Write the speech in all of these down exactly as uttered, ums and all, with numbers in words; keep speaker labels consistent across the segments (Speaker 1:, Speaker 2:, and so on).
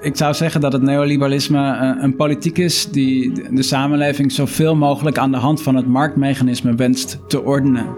Speaker 1: Ik zou zeggen dat het neoliberalisme een, een politiek is die de samenleving zoveel mogelijk aan de hand van het marktmechanisme wenst te ordenen.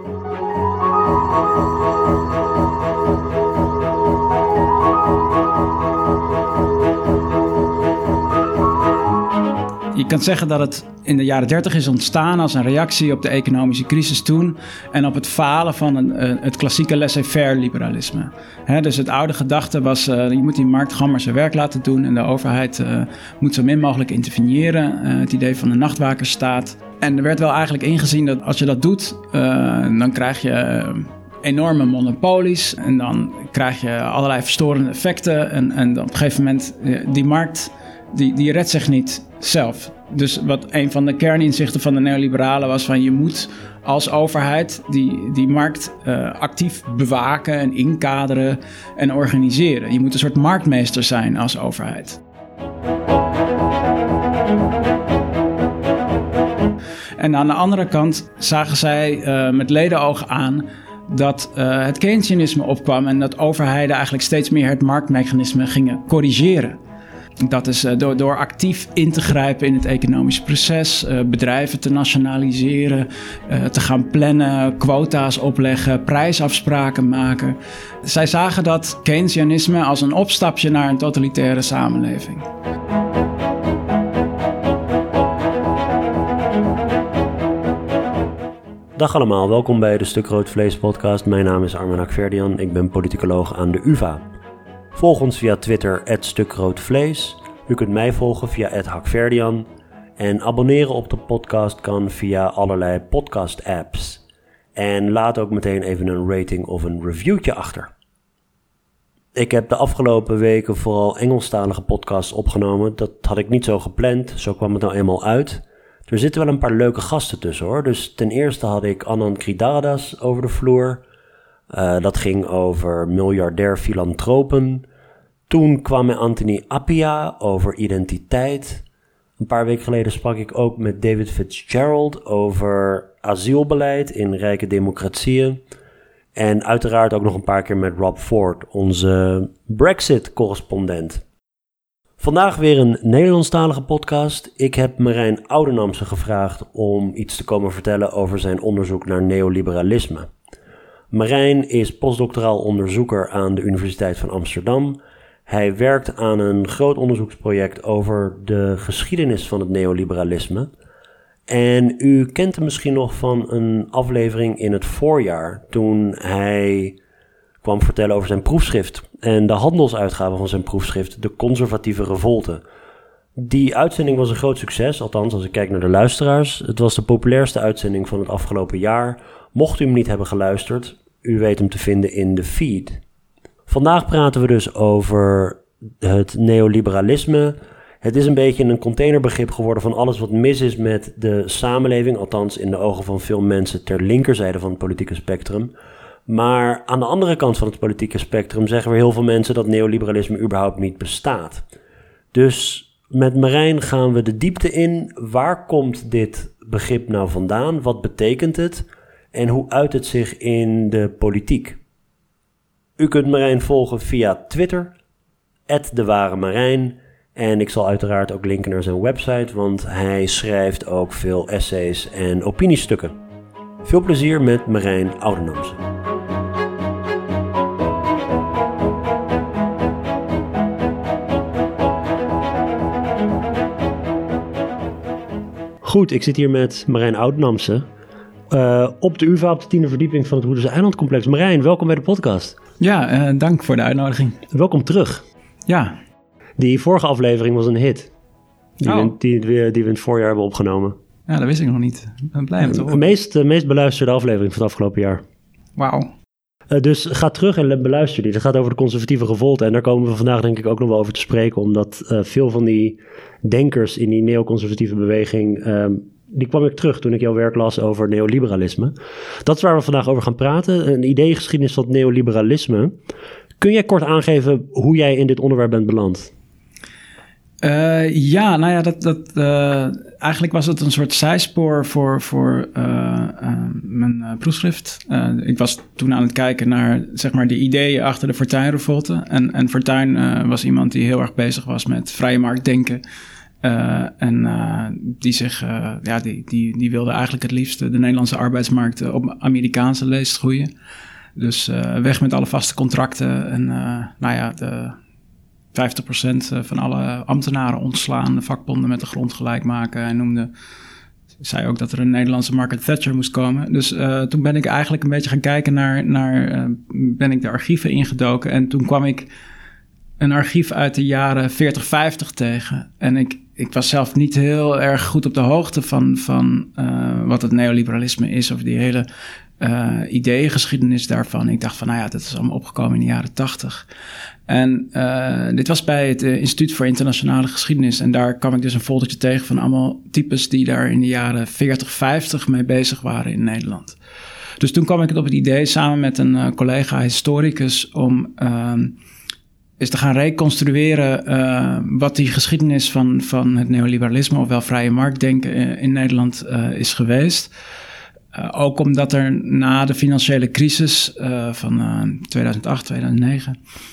Speaker 1: Je kan zeggen dat het in de jaren dertig is ontstaan als een reactie op de economische crisis toen en op het falen van een, het klassieke laissez-faire liberalisme. He, dus het oude gedachte was, uh, je moet die marktgammer zijn werk laten doen en de overheid uh, moet zo min mogelijk interveneren. Uh, het idee van de nachtwakersstaat. En er werd wel eigenlijk ingezien dat als je dat doet, uh, dan krijg je Uh, enorme monopolies en dan krijg je allerlei verstorende effecten en, en op een gegeven moment, die markt, die, die redt zich niet zelf. Dus wat een van de kerninzichten van de neoliberalen was van je moet als overheid die, die markt uh, actief bewaken en inkaderen en organiseren. Je moet een soort marktmeester zijn als overheid. En aan de andere kant zagen zij uh, met ledenoog aan dat uh, het Keynesianisme opkwam en dat overheden eigenlijk steeds meer het marktmechanisme gingen corrigeren. Dat is uh, door, door actief in te grijpen in het economisch proces, uh, bedrijven te nationaliseren, uh, te gaan plannen, quota's opleggen, prijsafspraken maken. Zij zagen dat Keynesianisme als een opstapje naar een totalitaire samenleving.
Speaker 2: Dag allemaal, welkom bij de Stuk Rood Vlees podcast. Mijn naam is Armen Hakverdian, ik ben politicoloog aan de U vA. Volg ons via Twitter, at stukroodvlees. U kunt mij volgen via at Hakverdian. En abonneren op de podcast kan via allerlei podcast apps. En laat ook meteen even een rating of een reviewtje achter. Ik heb de afgelopen weken vooral Engelstalige podcasts opgenomen. Dat had ik niet zo gepland, zo kwam het nou eenmaal uit. Er zitten wel een paar leuke gasten tussen hoor. Dus ten eerste had ik Anand Giridharadas over de vloer. Uh, dat ging over miljardair filantropen. Toen kwam Anthony Appia over identiteit. Een paar weken geleden sprak ik ook met David Fitzgerald over asielbeleid in rijke democratieën. En uiteraard ook nog een paar keer met Rob Ford, onze Brexit-correspondent. Vandaag weer een Nederlandstalige podcast. Ik heb Marijn Oudenamse gevraagd om iets te komen vertellen over zijn onderzoek naar neoliberalisme. Marijn is postdoctoraal onderzoeker aan de Universiteit van Amsterdam. Hij werkt aan een groot onderzoeksproject over de geschiedenis van het neoliberalisme. En u kent hem misschien nog van een aflevering in het voorjaar, toen hij kwam vertellen over zijn proefschrift en de handelsuitgave van zijn proefschrift, De Conservatieve Revolte. Die uitzending was een groot succes, althans als ik kijk naar de luisteraars. Het was de populairste uitzending van het afgelopen jaar. Mocht u hem niet hebben geluisterd, u weet hem te vinden in de feed. Vandaag praten we dus over het neoliberalisme. Het is een beetje een containerbegrip geworden van alles wat mis is met de samenleving, althans in de ogen van veel mensen ter linkerzijde van het politieke spectrum. Maar aan de andere kant van het politieke spectrum zeggen weer heel veel mensen dat neoliberalisme überhaupt niet bestaat. Dus met Marijn gaan we de diepte in. Waar komt dit begrip nou vandaan? Wat betekent het? En hoe uit het zich in de politiek? U kunt Marijn volgen via Twitter, at de ware Marijn. En ik zal uiteraard ook linken naar zijn website, want hij schrijft ook veel essays en opiniestukken. Veel plezier met Marijn Oudenamse. Goed, ik zit hier met Marijn Oudenamse. Uh, op de U vA op de tiende verdieping van het Hoedense Eilandcomplex. Marijn, welkom bij de podcast.
Speaker 1: Ja, uh, dank voor de uitnodiging.
Speaker 2: Welkom terug.
Speaker 1: Ja.
Speaker 2: Die vorige aflevering was een hit. Die,
Speaker 1: oh.
Speaker 2: we, die, die, die we in het voorjaar hebben opgenomen.
Speaker 1: Ja, dat wist ik nog niet. Ik ben blij om te horen.
Speaker 2: De meest, uh, meest beluisterde aflevering van het afgelopen jaar.
Speaker 1: Wauw.
Speaker 2: Uh, dus ga terug en beluister die. Dat gaat over de conservatieve revolte. En daar komen we vandaag denk ik ook nog wel over te spreken. Omdat uh, veel van die denkers in die neoconservatieve beweging, Um, die kwam ik terug toen ik jouw werk las over neoliberalisme. Dat is waar we vandaag over gaan praten. Een ideeëngeschiedenis van het neoliberalisme. Kun jij kort aangeven hoe jij in dit onderwerp bent beland?
Speaker 1: Uh, ja, nou ja, dat, dat, uh, eigenlijk was het een soort zijspoor voor, voor uh, uh, mijn uh, proefschrift. Uh, ik was toen aan het kijken naar, zeg maar, de ideeën achter de Fortuyn-revolte. En, en Fortuyn uh, was iemand die heel erg bezig was met vrije marktdenken. Uh, en uh, die zich, uh, ja, die, die, die wilde eigenlijk het liefst de Nederlandse arbeidsmarkt op Amerikaanse leest groeien. Dus uh, weg met alle vaste contracten en uh, nou ja, de vijftig procent van alle ambtenaren ontslaan, de vakbonden met de grond gelijk maken. Hij noemde, zei ook dat er een Nederlandse Margaret Thatcher moest komen. Dus uh, toen ben ik eigenlijk een beetje gaan kijken naar, naar uh, ben ik de archieven ingedoken. En toen kwam ik een archief uit de jaren veertig, vijftig tegen. En ik, ik was zelf niet heel erg goed op de hoogte van, van uh, wat het neoliberalisme is, of die hele uh, ideeëngeschiedenis daarvan. Ik dacht van, nou ja, dat is allemaal opgekomen in de jaren tachtig. En uh, dit was bij het uh, Instituut voor Internationale Geschiedenis. En daar kwam ik dus een foldertje tegen van allemaal types die daar in de jaren veertig, vijftig mee bezig waren in Nederland. Dus toen kwam ik op het idee samen met een uh, collega historicus om uh, eens te gaan reconstrueren uh, wat die geschiedenis van, van het neoliberalisme, ofwel vrije marktdenken uh, in Nederland uh, is geweest. Uh, ook omdat er na de financiële crisis uh, van uh, tweeduizend acht, tweeduizend negen...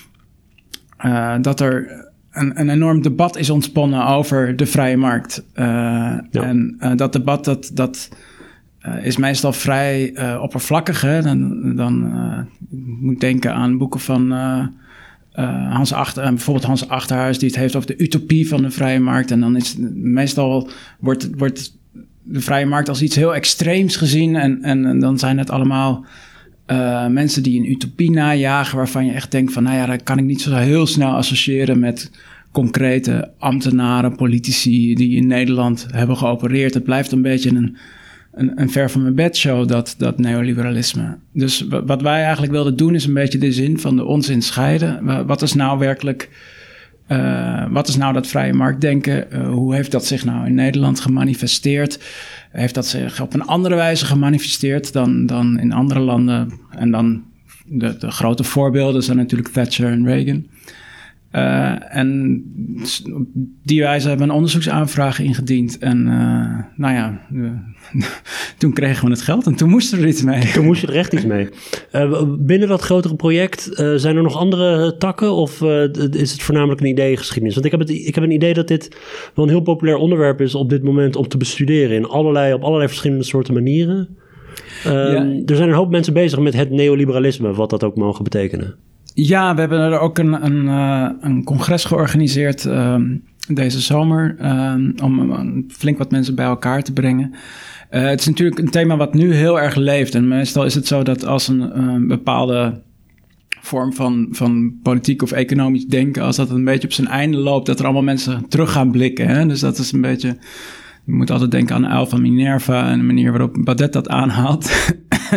Speaker 1: Uh, dat er een, een enorm debat is ontsponnen over de vrije markt. Uh, ja. En uh, dat debat dat, dat uh, is meestal vrij uh, oppervlakkig. Hè? Dan, dan uh, je moet denken aan boeken van uh, uh, Hans Achter, uh, bijvoorbeeld Hans Achterhuis, die het heeft over de utopie van de vrije markt. En dan is meestal wordt, wordt de vrije markt als iets heel extreems gezien. En, en, en dan zijn het allemaal Uh, mensen die een utopie najagen, waarvan je echt denkt van, nou ja, dat kan ik niet zo heel snel associëren met concrete ambtenaren, politici die in Nederland hebben geopereerd. Het blijft een beetje een, een, een ver van mijn bedshow, dat, dat neoliberalisme. Dus w- wat wij eigenlijk wilden doen is een beetje de zin van de onzin scheiden. Wat is nou werkelijk, uh, wat is nou dat vrije marktdenken? Uh, hoe heeft dat zich nou in Nederland gemanifesteerd? Heeft dat zich op een andere wijze gemanifesteerd dan, dan in andere landen? En dan de, de grote voorbeelden zijn natuurlijk Thatcher en Reagan. Uh, en op die wijze hebben we een onderzoeksaanvraag ingediend. En uh, nou ja, uh, toen kregen we het geld en toen moesten we er iets mee.
Speaker 2: Toen moest je er echt iets mee. Uh, binnen dat grotere project, uh, zijn er nog andere takken of uh, is het voornamelijk een ideeëngeschiedenis? Want ik heb, het, ik heb een idee dat dit wel een heel populair onderwerp is op dit moment om te bestuderen in allerlei, op allerlei verschillende soorten manieren. Uh, ja. Er zijn een hoop mensen bezig met het neoliberalisme, wat dat ook mogen betekenen. Ja,
Speaker 1: we hebben er ook een, een, uh, een congres georganiseerd uh, deze zomer uh, om uh, flink wat mensen bij elkaar te brengen. Uh, het is natuurlijk een thema wat nu heel erg leeft. En meestal is het zo dat als een uh, bepaalde vorm van, van politiek of economisch denken, als dat een beetje op zijn einde loopt, dat er allemaal mensen terug gaan blikken. Hè? Dus dat is een beetje, je moet altijd denken aan de uil van Minerva en de manier waarop Baudet dat aanhaalt.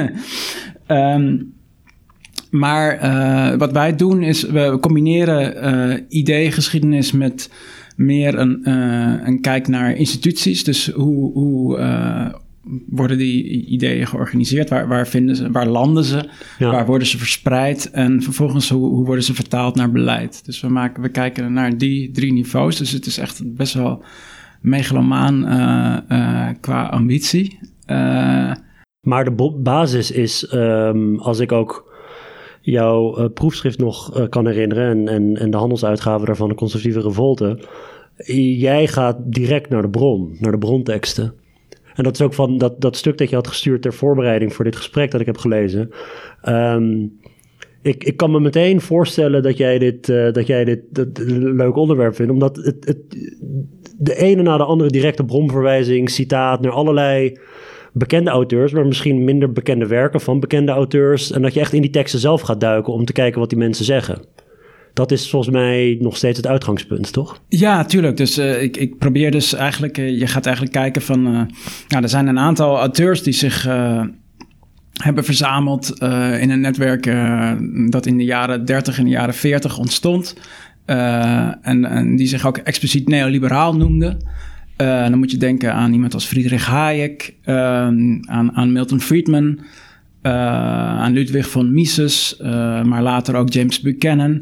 Speaker 1: um, Maar uh, wat wij doen is, we combineren uh, ideeëngeschiedenis met meer een, uh, een kijk naar instituties. Dus hoe, hoe uh, worden die ideeën georganiseerd? Waar, waar vinden ze, waar landen ze? Ja. Waar worden ze verspreid? En vervolgens, hoe, hoe worden ze vertaald naar beleid? Dus we, maken, we kijken naar die drie niveaus. Dus het is echt best wel megalomaan uh, uh, qua ambitie. Uh,
Speaker 2: maar de bo- basis is, um, als ik ook jouw uh, proefschrift nog uh, kan herinneren en, en, en de handelsuitgave daarvan, de Constructieve Revolte. Jij gaat direct naar de bron, naar de bronteksten. En dat is ook van dat, dat stuk dat je had gestuurd ter voorbereiding voor dit gesprek dat ik heb gelezen. Um, ik, ik kan me meteen voorstellen dat jij dit, uh, dat jij dit dat, een leuk onderwerp vindt, omdat het, het, de ene na de andere directe bronverwijzing, citaat naar allerlei bekende auteurs, maar misschien minder bekende werken van bekende auteurs. En dat je echt in die teksten zelf gaat duiken om te kijken wat die mensen zeggen. Dat is volgens mij nog steeds het uitgangspunt, toch?
Speaker 1: Ja, tuurlijk. Dus uh, ik, ik probeer dus eigenlijk, uh, je gaat eigenlijk kijken van, uh, nou, er zijn een aantal auteurs die zich uh, hebben verzameld uh, in een netwerk uh, dat in de jaren dertig en de jaren veertig ontstond. Uh, en, en die zich ook expliciet neoliberaal noemden. Uh, dan moet je denken aan iemand als Friedrich Hayek, uh, aan, aan Milton Friedman, uh, aan Ludwig von Mises, uh, maar later ook James Buchanan.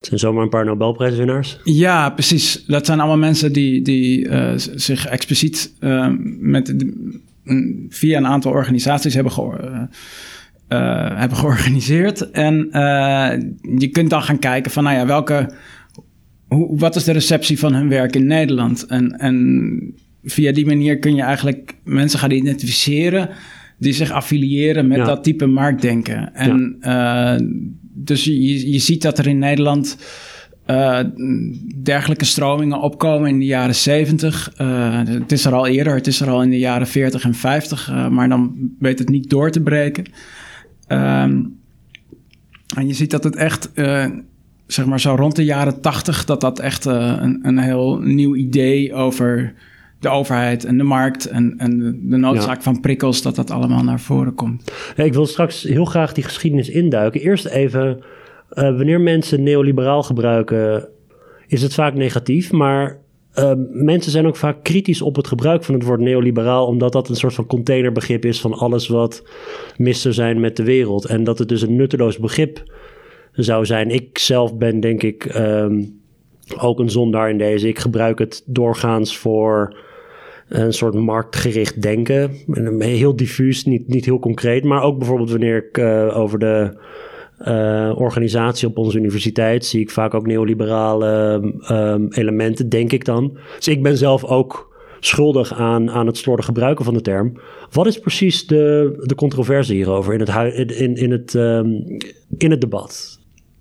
Speaker 2: Het zijn zomaar een paar Nobelprijswinnaars.
Speaker 1: Ja, precies. Dat zijn allemaal mensen die, die uh, zich expliciet uh, met, uh, via een aantal organisaties hebben, ge- uh, uh, hebben georganiseerd. En uh, je kunt dan gaan kijken van, nou ja, welke, hoe, wat is de receptie van hun werk in Nederland? En, en via die manier kun je eigenlijk mensen gaan identificeren die zich affiliëren met ja. dat type marktdenken. En ja. uh, dus je, je ziet dat er in Nederland uh, dergelijke stromingen opkomen in de jaren zeventig. Uh, het is er al eerder, het is er al in de jaren veertig en vijftig, uh, maar dan weet het niet door te breken. Um, en je ziet dat het echt, uh, zeg maar zo rond de jaren tachtig, dat dat echt uh, een, een heel nieuw idee over de overheid en de markt en, en de noodzaak ja. van prikkels, dat dat allemaal naar voren komt.
Speaker 2: Ja, ik wil straks heel graag die geschiedenis induiken. Eerst even, uh, wanneer mensen neoliberaal gebruiken, is het vaak negatief, maar uh, mensen zijn ook vaak kritisch op het gebruik van het woord neoliberaal, omdat dat een soort van containerbegrip is van alles wat mis zou zijn met de wereld. En dat het dus een nutteloos begrip zou zijn. Ik zelf ben denk ik um, ook een zondaar in deze. Ik gebruik het doorgaans voor een soort marktgericht denken. Heel diffuus, niet, niet heel concreet. Maar ook bijvoorbeeld wanneer ik uh, over de uh, organisatie op onze universiteit zie ik vaak ook neoliberale um, elementen, denk ik dan. Dus ik ben zelf ook schuldig aan, aan het slordig gebruiken van de term. Wat is precies de, de controverse hierover in het, hu- in, in, het, um, in het debat?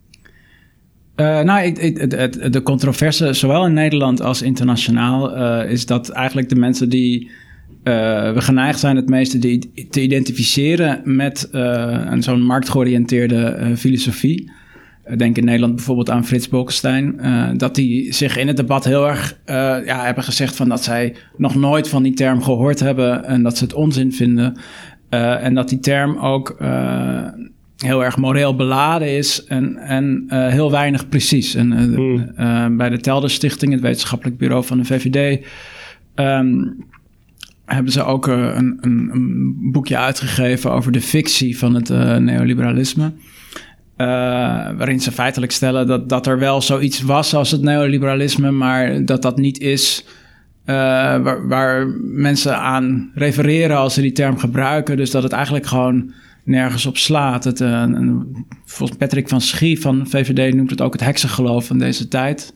Speaker 1: Uh, nou, ik, ik, het, het, de controverse, zowel in Nederland als internationaal, uh, is dat eigenlijk de mensen die uh, we geneigd zijn het meeste die, te identificeren met uh, een zo'n marktgeoriënteerde uh, filosofie. Uh, denk in Nederland bijvoorbeeld aan Frits Bolkestein. Uh, dat die zich in het debat heel erg uh, ja, hebben gezegd van dat zij nog nooit van die term gehoord hebben en dat ze het onzin vinden. Uh, en dat die term ook Uh, heel erg moreel beladen is en, en uh, heel weinig precies. En uh, mm. uh, bij de Telder Stichting, het wetenschappelijk bureau van de V V D, um, hebben ze ook uh, een, een, een boekje uitgegeven over de fictie van het uh, neoliberalisme. Uh, waarin ze feitelijk stellen dat, dat er wel zoiets was als het neoliberalisme, maar dat dat niet is Uh, waar, waar mensen aan refereren als ze die term gebruiken. Dus dat het eigenlijk gewoon nergens op slaat. Het, uh, een, volgens Patrick van Schie van V V D noemt het ook het heksengeloof van deze tijd.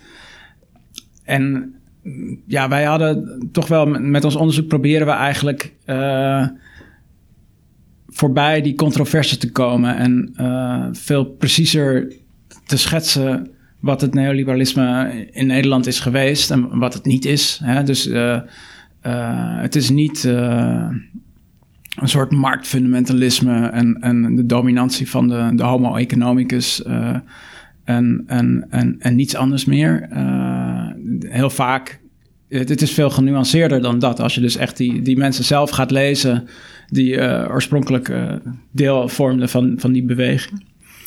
Speaker 1: En ja, wij hadden toch wel met, met ons onderzoek proberen we eigenlijk uh, voorbij die controverse te komen en uh, veel preciezer te schetsen wat het neoliberalisme in Nederland is geweest en wat het niet is. Hè? Dus uh, uh, het is niet uh, een soort marktfundamentalisme en, en de dominantie van de, de homo economicus uh, en, en, en, en niets anders meer. Uh, heel vaak, het, het is veel genuanceerder dan dat. Als je dus echt die, die mensen zelf gaat lezen die uh, oorspronkelijk uh, deel vormden van, van die beweging.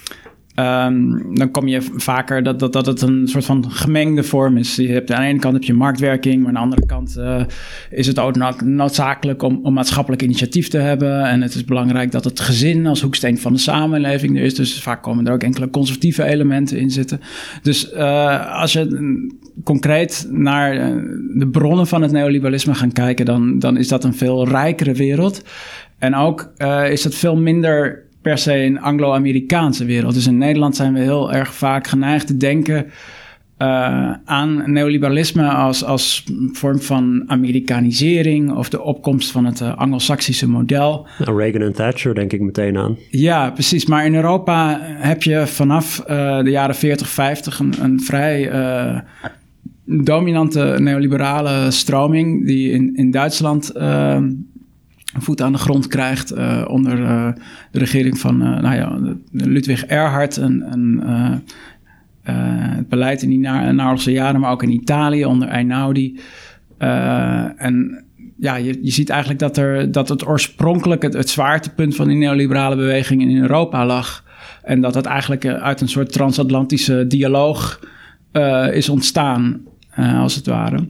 Speaker 1: Um, dan kom je vaker dat, dat, dat het een soort van gemengde vorm is. Je hebt, aan de ene kant heb je marktwerking, maar aan de andere kant uh, is het ook no- noodzakelijk om, om maatschappelijk initiatief te hebben. En het is belangrijk dat het gezin als hoeksteen van de samenleving er is. Dus vaak komen er ook enkele conservatieve elementen in zitten. Dus uh, als je concreet naar de bronnen van het neoliberalisme gaat kijken, dan, dan is dat een veel rijkere wereld. En ook uh, is het veel minder per se een Anglo-Amerikaanse wereld. Dus in Nederland zijn we heel erg vaak geneigd te denken uh, aan neoliberalisme als, als vorm van Amerikanisering of de opkomst van het uh, Anglo-Saxische model.
Speaker 2: Nou, Reagan en Thatcher denk ik meteen aan.
Speaker 1: Ja, precies. Maar in Europa heb je vanaf uh, de jaren veertig, vijftig een, een vrij uh, dominante neoliberale stroming die in, in Duitsland Uh, een voet aan de grond krijgt uh, onder uh, de regering van uh, nou ja, Ludwig Erhard en, en uh, uh, het beleid in die na- naoorlogse jaren, maar ook in Italië onder Einaudi. Uh, en ja, je, je ziet eigenlijk dat, er, dat het oorspronkelijk het, het zwaartepunt van die neoliberale beweging in Europa lag. En dat het eigenlijk uit een soort transatlantische dialoog uh, is ontstaan, uh, als het ware.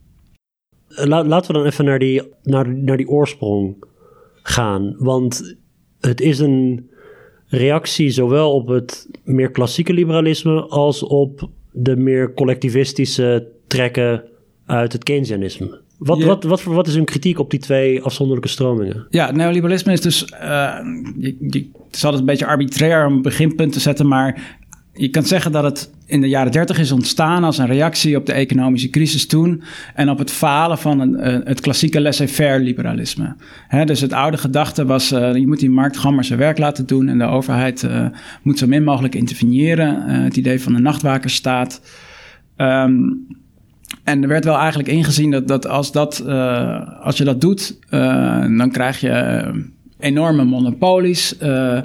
Speaker 2: Laten we dan even naar die, naar, naar die oorsprong gaan. Want het is een, reactie zowel op het meer klassieke liberalisme als op de meer collectivistische trekken uit het Keynesianisme. Wat,
Speaker 1: Ja.
Speaker 2: wat, wat, wat, wat is hun kritiek op die twee afzonderlijke stromingen?
Speaker 1: Ja, het neoliberalisme is dus... Uh, je, je, het is altijd een beetje arbitrair om een beginpunt te zetten, maar je kan zeggen dat het in de jaren dertig is ontstaan als een reactie op de economische crisis toen en op het falen van een, uh, het klassieke laissez-faire liberalisme. Hè, dus het oude gedachte was, uh, je moet die markt gewoon maar zijn werk laten doen en de overheid uh, moet zo min mogelijk interveneren. Uh, het idee van de nachtwakersstaat. Um, En er werd wel eigenlijk ingezien dat, dat, als, dat uh, als je dat doet, uh, dan krijg je uh, enorme monopolies. Uh, uh,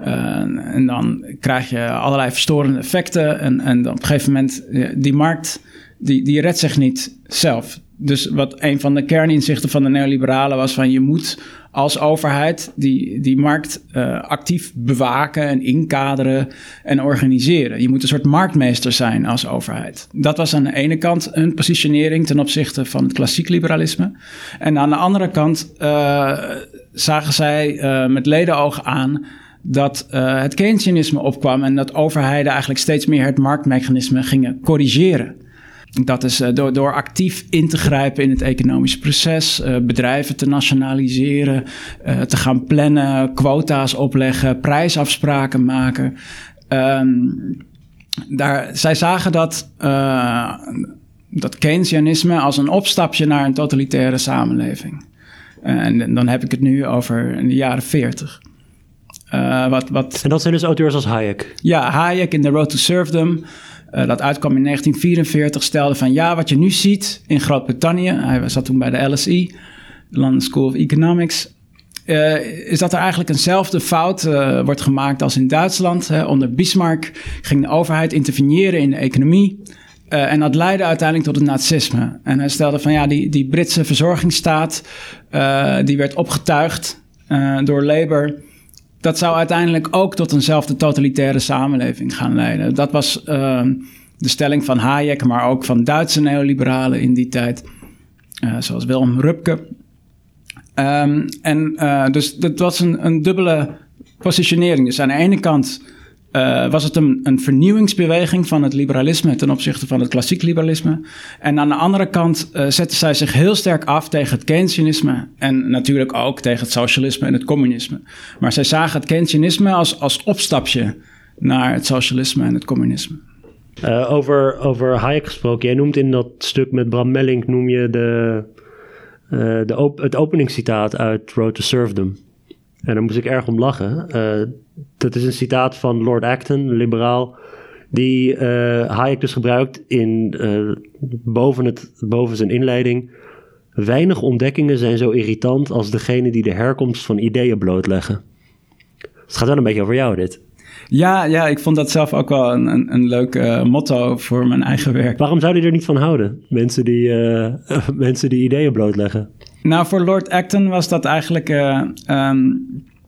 Speaker 1: en dan krijg je allerlei verstorende effecten. En, en op een gegeven moment, die markt, die, die redt zich niet zelf. Dus wat een van de kerninzichten van de neoliberalen was van je moet als overheid die, die markt uh, actief bewaken en inkaderen en organiseren. Je moet een soort marktmeester zijn als overheid. Dat was aan de ene kant een positionering ten opzichte van het klassiek liberalisme. En aan de andere kant uh, zagen zij uh, met ledenoog aan dat uh, het Keynesianisme opkwam en dat overheden eigenlijk steeds meer het marktmechanisme gingen corrigeren. Dat is uh, door, door actief in te grijpen in het economische proces, uh, bedrijven te nationaliseren, uh, te gaan plannen, quota's opleggen, prijsafspraken maken. Um, daar, zij zagen dat, uh, dat Keynesianisme als een opstapje naar een totalitaire samenleving. Uh, en dan heb ik het nu over in de jaren veertig. Uh, wat, wat...
Speaker 2: En dat zijn dus auteurs als Hayek?
Speaker 1: Ja, Hayek in The Road to Serfdom. Uh, dat uitkwam in negentien vierenveertig, stelde van ja, wat je nu ziet in Groot-Brittannië, hij zat toen bij de L S E, de London School of Economics, uh, is dat er eigenlijk eenzelfde fout uh, wordt gemaakt als in Duitsland. Hè. Onder Bismarck ging de overheid interveneren in de economie uh, en dat leidde uiteindelijk tot het nazisme. En hij stelde van ja, die, die Britse verzorgingsstaat, uh, die werd opgetuigd uh, door Labour. Dat zou uiteindelijk ook tot eenzelfde totalitaire samenleving gaan leiden. Dat was uh, de stelling van Hayek, maar ook van Duitse neoliberalen in die tijd. Uh, zoals Wilhelm Röpke. Um, en uh, dus dat was een, een dubbele positionering. Dus aan de ene kant uh, was het een, een vernieuwingsbeweging van het liberalisme ten opzichte van het klassiek liberalisme. En aan de andere kant uh, zetten zij zich heel sterk af tegen het Keynesianisme en natuurlijk ook tegen het socialisme en het communisme. Maar zij zagen het Keynesianisme als, als opstapje naar het socialisme en het communisme.
Speaker 2: Uh, over, over Hayek gesproken, jij noemt in dat stuk met Bram Mellink, noem je de, uh, de op, het openingscitaat uit Road to Serfdom. En daar moest ik erg om lachen. Uh, dat is een citaat van Lord Acton, een liberaal, die uh, Hayek dus gebruikt in, uh, boven, het, boven zijn inleiding. Weinig ontdekkingen zijn zo irritant als degene die de herkomst van ideeën blootleggen. Het gaat wel een beetje over jou, dit.
Speaker 1: Ja, ja, ik vond dat zelf ook wel een, een, een leuk uh, motto voor mijn eigen werk.
Speaker 2: Waarom zou je er niet van houden? Mensen die, uh, mensen die ideeën blootleggen.
Speaker 1: Nou, voor Lord Acton was dat eigenlijk... Uh, um,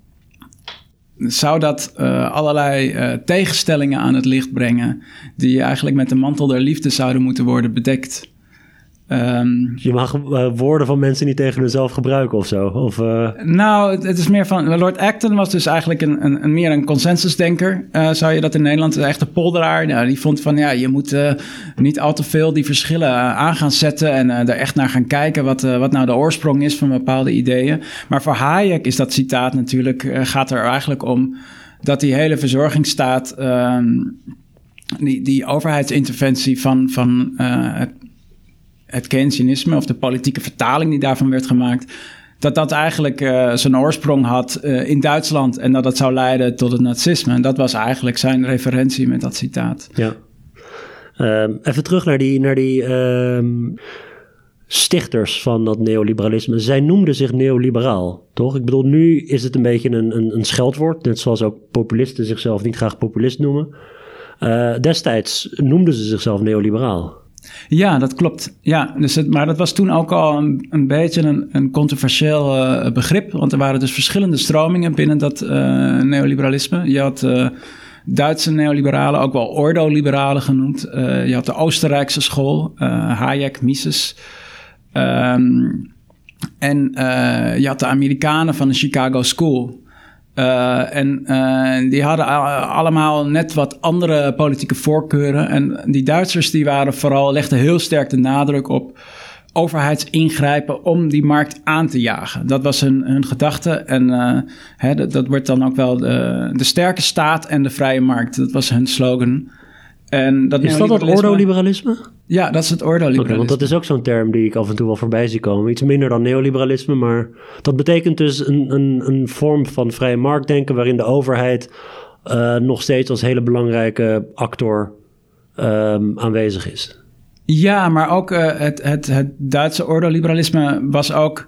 Speaker 1: zou dat uh, allerlei uh, tegenstellingen aan het licht brengen... die eigenlijk met de mantel der liefde zouden moeten worden bedekt. Um,
Speaker 2: je mag uh, woorden van mensen niet tegen hunzelf gebruiken of zo? Of, uh...
Speaker 1: Nou, het, het is meer van... Lord Acton was dus eigenlijk een, een, een meer een consensusdenker. Uh, zou je dat in Nederland... Een echte polderaar. Nou, die vond van... ja, je moet uh, niet al te veel die verschillen uh, aan gaan zetten... en uh, er echt naar gaan kijken... Wat, uh, wat nou de oorsprong is van bepaalde ideeën. Maar voor Hayek is dat citaat natuurlijk... Uh, gaat er eigenlijk om... dat die hele verzorgingsstaat... Uh, die, die overheidsinterventie van... van uh, het, het Keynesianisme of de politieke vertaling die daarvan werd gemaakt... dat dat eigenlijk uh, zijn oorsprong had uh, in Duitsland... en dat dat zou leiden tot het nazisme. En dat was eigenlijk zijn referentie met dat citaat.
Speaker 2: Ja. Um, even terug naar die, naar die um, stichters van dat neoliberalisme. Zij noemden zich neoliberaal, toch? Ik bedoel, nu is het een beetje een, een, een scheldwoord... net zoals ook populisten zichzelf niet graag populist noemen. Uh, destijds noemden ze zichzelf neoliberaal...
Speaker 1: Ja, dat klopt. Ja, dus het, maar dat was toen ook al een, een beetje een, een controversieel uh, begrip. Want er waren dus verschillende stromingen binnen dat uh, neoliberalisme. Je had uh, Duitse neoliberalen, ook wel Ordo-liberalen genoemd. Uh, je had de Oostenrijkse school, uh, Hayek, Mises. Um, en uh, je had de Amerikanen van de Chicago School. Uh, en uh, die hadden a- allemaal net wat andere politieke voorkeuren. En die Duitsers die waren vooral, legden heel sterk de nadruk op overheidsingrijpen om die markt aan te jagen. Dat was hun, hun gedachte. En uh, hè, dat, dat wordt dan ook wel de, de sterke staat en de vrije markt. Dat was hun slogan. En dat
Speaker 2: is dat het ordoliberalisme?
Speaker 1: Ja, dat is het ordoliberalisme.
Speaker 2: Okay, want dat is ook zo'n term die ik af en toe wel voorbij zie komen. Iets minder dan neoliberalisme, maar dat betekent dus een, een, een vorm van vrije marktdenken waarin de overheid uh, nog steeds als hele belangrijke actor um, aanwezig is. Ja,
Speaker 1: maar ook uh, het, het, het Duitse ordoliberalisme was ook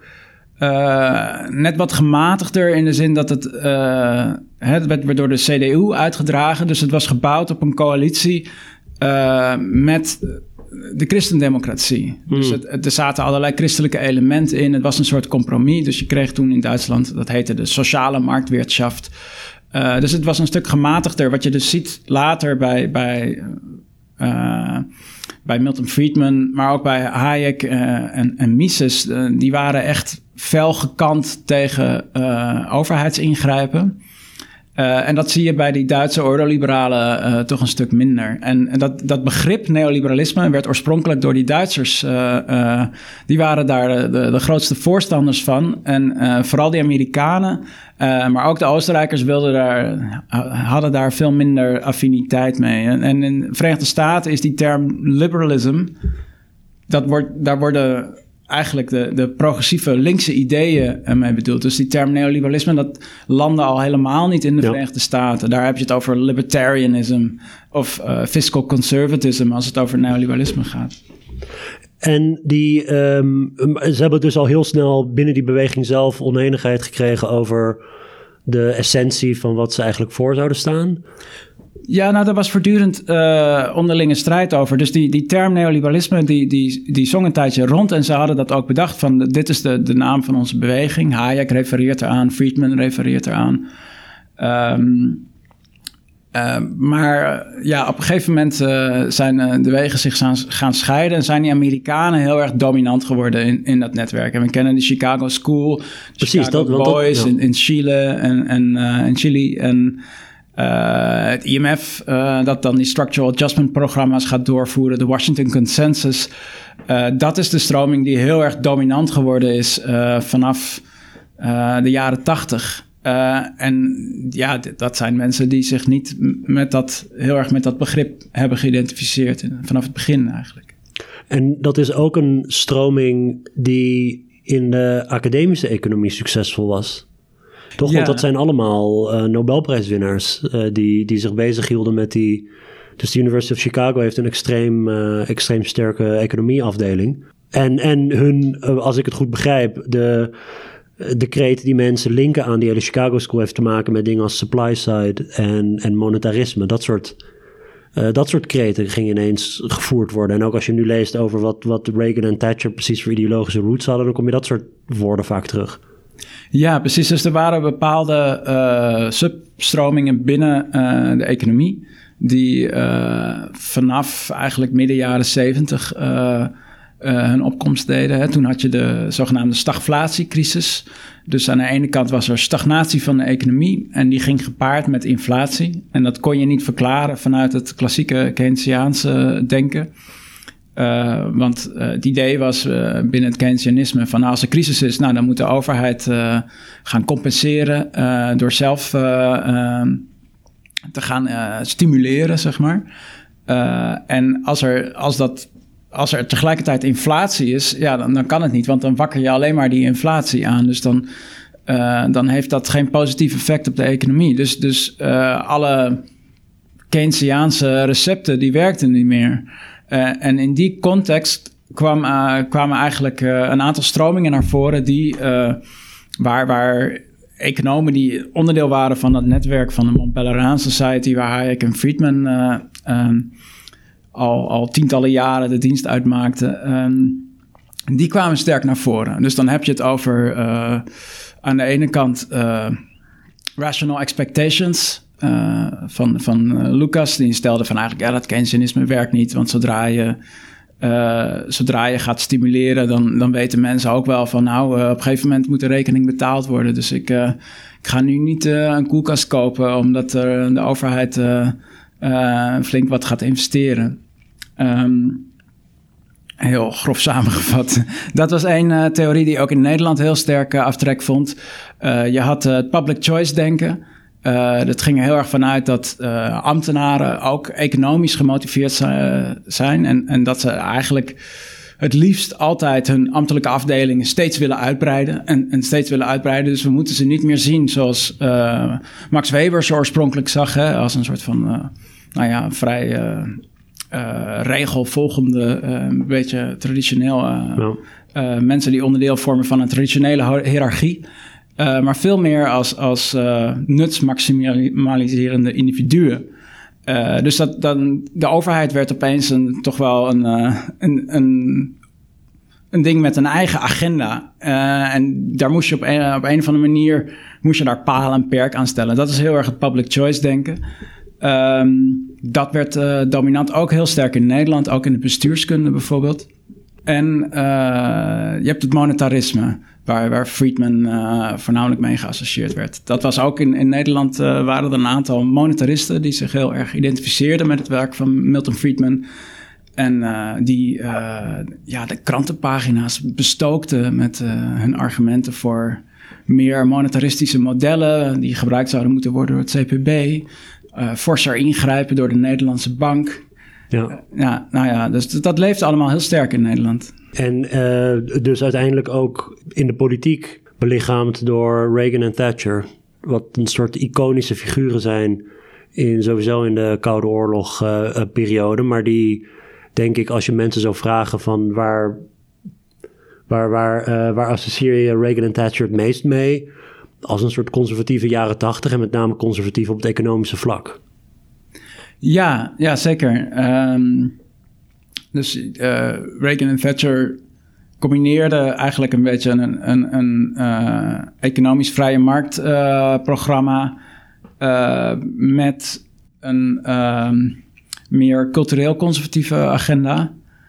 Speaker 1: uh, net wat gematigder in de zin dat het, uh, het werd door de C D U uitgedragen. Dus het was gebouwd op een coalitie uh, met de christendemocratie. Hmm. Dus het, er zaten allerlei christelijke elementen in. Het was een soort compromis. Dus je kreeg toen in Duitsland, dat heette de sociale marktwirtschaft. Uh, dus het was een stuk gematigder. Wat je dus ziet later bij, bij, uh, bij Milton Friedman, maar ook bij Hayek uh, en, en Mises. Uh, die waren echt fel gekant tegen uh, overheidsingrijpen. Uh, en dat zie je bij die Duitse ordoliberalen uh, toch een stuk minder. En, en dat, dat begrip neoliberalisme werd oorspronkelijk door die Duitsers, uh, uh, die waren daar de, de grootste voorstanders van. En uh, vooral die Amerikanen, uh, maar ook de Oostenrijkers wilden daar, hadden daar veel minder affiniteit mee. En, en in de Verenigde Staten is die term liberalism, dat wordt, daar worden eigenlijk de, de progressieve linkse ideeën mee bedoeld. Dus die term neoliberalisme, dat landde al helemaal niet in de ja. Verenigde Staten. Daar heb je het over libertarianism of uh, fiscal conservatism als het over neoliberalisme gaat.
Speaker 2: En die, um, ze hebben dus al heel snel binnen die beweging zelf oneenigheid gekregen over de essentie van wat ze eigenlijk voor zouden staan.
Speaker 1: Ja, nou, daar was voortdurend uh, onderlinge strijd over. Dus die, die term neoliberalisme, die, die, die zong een tijdje rond. En ze hadden dat ook bedacht van, dit is de, de naam van onze beweging. Hayek refereert eraan, Friedman refereert eraan. Um, uh, maar uh, ja, op een gegeven moment uh, zijn uh, de wegen zich gaan, gaan scheiden. En zijn die Amerikanen heel erg dominant geworden in, in dat netwerk. En we kennen de Chicago School, de
Speaker 2: Precies,
Speaker 1: Chicago
Speaker 2: dat,
Speaker 1: Boys
Speaker 2: dat, ja.
Speaker 1: in, in Chile en, en uh, in Chili en Uh, het I M F, uh, dat dan die Structural Adjustment programma's gaat doorvoeren, de Washington Consensus. Uh, dat is de stroming die heel erg dominant geworden is uh, vanaf uh, de jaren tachtig. Uh, en ja, d- dat zijn mensen die zich niet met dat, heel erg met dat begrip hebben geïdentificeerd. Vanaf het begin eigenlijk.
Speaker 2: En dat is ook een stroming die in de academische economie succesvol was. Toch, ja. Want dat zijn allemaal uh, Nobelprijswinnaars uh, die, die zich bezighielden met die. Dus de University of Chicago heeft een extreem, uh, extreem sterke economieafdeling. En, en hun, uh, als ik het goed begrijp, de, de kreet die mensen linken aan die hele Chicago School heeft te maken met dingen als supply side en, en monetarisme. Dat soort, uh, dat soort kreten gingen ineens gevoerd worden. En ook als je nu leest over wat, wat Reagan en Thatcher precies voor ideologische roots hadden, dan kom je dat soort woorden vaak terug.
Speaker 1: Ja, precies. Dus er waren bepaalde uh, substromingen binnen uh, de economie die uh, vanaf eigenlijk midden jaren zeventig uh, uh, hun opkomst deden. Hè. Toen had je de zogenaamde stagflatiecrisis. Dus aan de ene kant was er stagnatie van de economie en die ging gepaard met inflatie. En dat kon je niet verklaren vanuit het klassieke Keynesiaanse denken. Uh, want uh, het idee was uh, binnen het Keynesianisme van nou, als er crisis is, nou, dan moet de overheid uh, gaan compenseren uh, door zelf uh, uh, te gaan uh, stimuleren, zeg maar. Uh, en als er, als, dat, als er tegelijkertijd inflatie is, ja, dan, dan kan het niet, want dan wakker je alleen maar die inflatie aan. Dus dan, uh, dan heeft dat geen positief effect op de economie. Dus, dus uh, alle Keynesiaanse recepten, die werkten niet meer. Uh, en in die context kwam, uh, kwamen eigenlijk uh, een aantal stromingen naar voren die, uh, waar, waar economen die onderdeel waren van dat netwerk van de Mont Pelerin Society, waar Hayek en Friedman uh, um, al, al tientallen jaren de dienst uitmaakten, um, die kwamen sterk naar voren. Dus dan heb je het over uh, aan de ene kant uh, rational expectations. Uh, van, van uh, Lucas, die stelde van eigenlijk, ja, dat Keynesianisme werkt niet, want zodra je Uh, zodra je gaat stimuleren, dan, dan weten mensen ook wel van... nou, uh, op een gegeven moment moet de rekening betaald worden. Dus ik, uh, ik ga nu niet uh, een koelkast kopen... omdat er de overheid uh, uh, flink wat gaat investeren. Um, heel grof samengevat. Dat was één uh, theorie die ook in Nederland heel sterk uh, aftrek vond. Uh, je had uh, het public choice denken... Uh, dat ging er heel erg vanuit dat uh, ambtenaren ook economisch gemotiveerd zijn. En, en dat ze eigenlijk het liefst altijd hun ambtelijke afdelingen steeds willen uitbreiden. En, en steeds willen uitbreiden. Dus we moeten ze niet meer zien zoals uh, Max Weber ze oorspronkelijk zag. Hè, als een soort van, uh, nou ja, vrij uh, uh, regelvolgende, uh, een beetje traditioneel. Uh, ja. uh, mensen die onderdeel vormen van een traditionele hiërarchie. Uh, maar veel meer als, als uh, nutsmaximaliserende individuen. Uh, dus dat, dan, de overheid werd opeens een, toch wel een, uh, een, een, een ding met een eigen agenda. Uh, en daar moest je op een, op een of andere manier moest je daar paal en perk aan stellen. Dat is heel erg het public choice denken. Um, dat werd uh, dominant ook heel sterk in Nederland, ook in de bestuurskunde bijvoorbeeld. En uh, je hebt het monetarisme, waar, waar Friedman uh, voornamelijk mee geassocieerd werd. Dat was ook in, in Nederland, uh, waren er een aantal monetaristen die zich heel erg identificeerden met het werk van Milton Friedman. En uh, die uh, ja, de krantenpagina's bestookten met uh, hun argumenten voor meer monetaristische modellen die gebruikt zouden moeten worden door het C P B. Uh, forser ingrijpen door de Nederlandse bank. Ja. Uh, ja, nou ja, dus dat leeft allemaal heel sterk in Nederland.
Speaker 2: En uh, dus uiteindelijk ook in de politiek belichaamd door Reagan en Thatcher. Wat een soort iconische figuren zijn in sowieso in de Koude Oorlog uh, uh, periode. Maar die, denk ik, als je mensen zou vragen van waar, waar, waar, uh, waar associeer je Reagan en Thatcher het meest mee? Als een soort conservatieve jaren tachtig en met name conservatief op het economische vlak.
Speaker 1: Ja, ja zeker. Um, dus uh, Reagan en Thatcher combineerden eigenlijk een beetje een, een, een uh, economisch vrije marktprogramma uh, uh, met een uh, meer cultureel conservatieve agenda.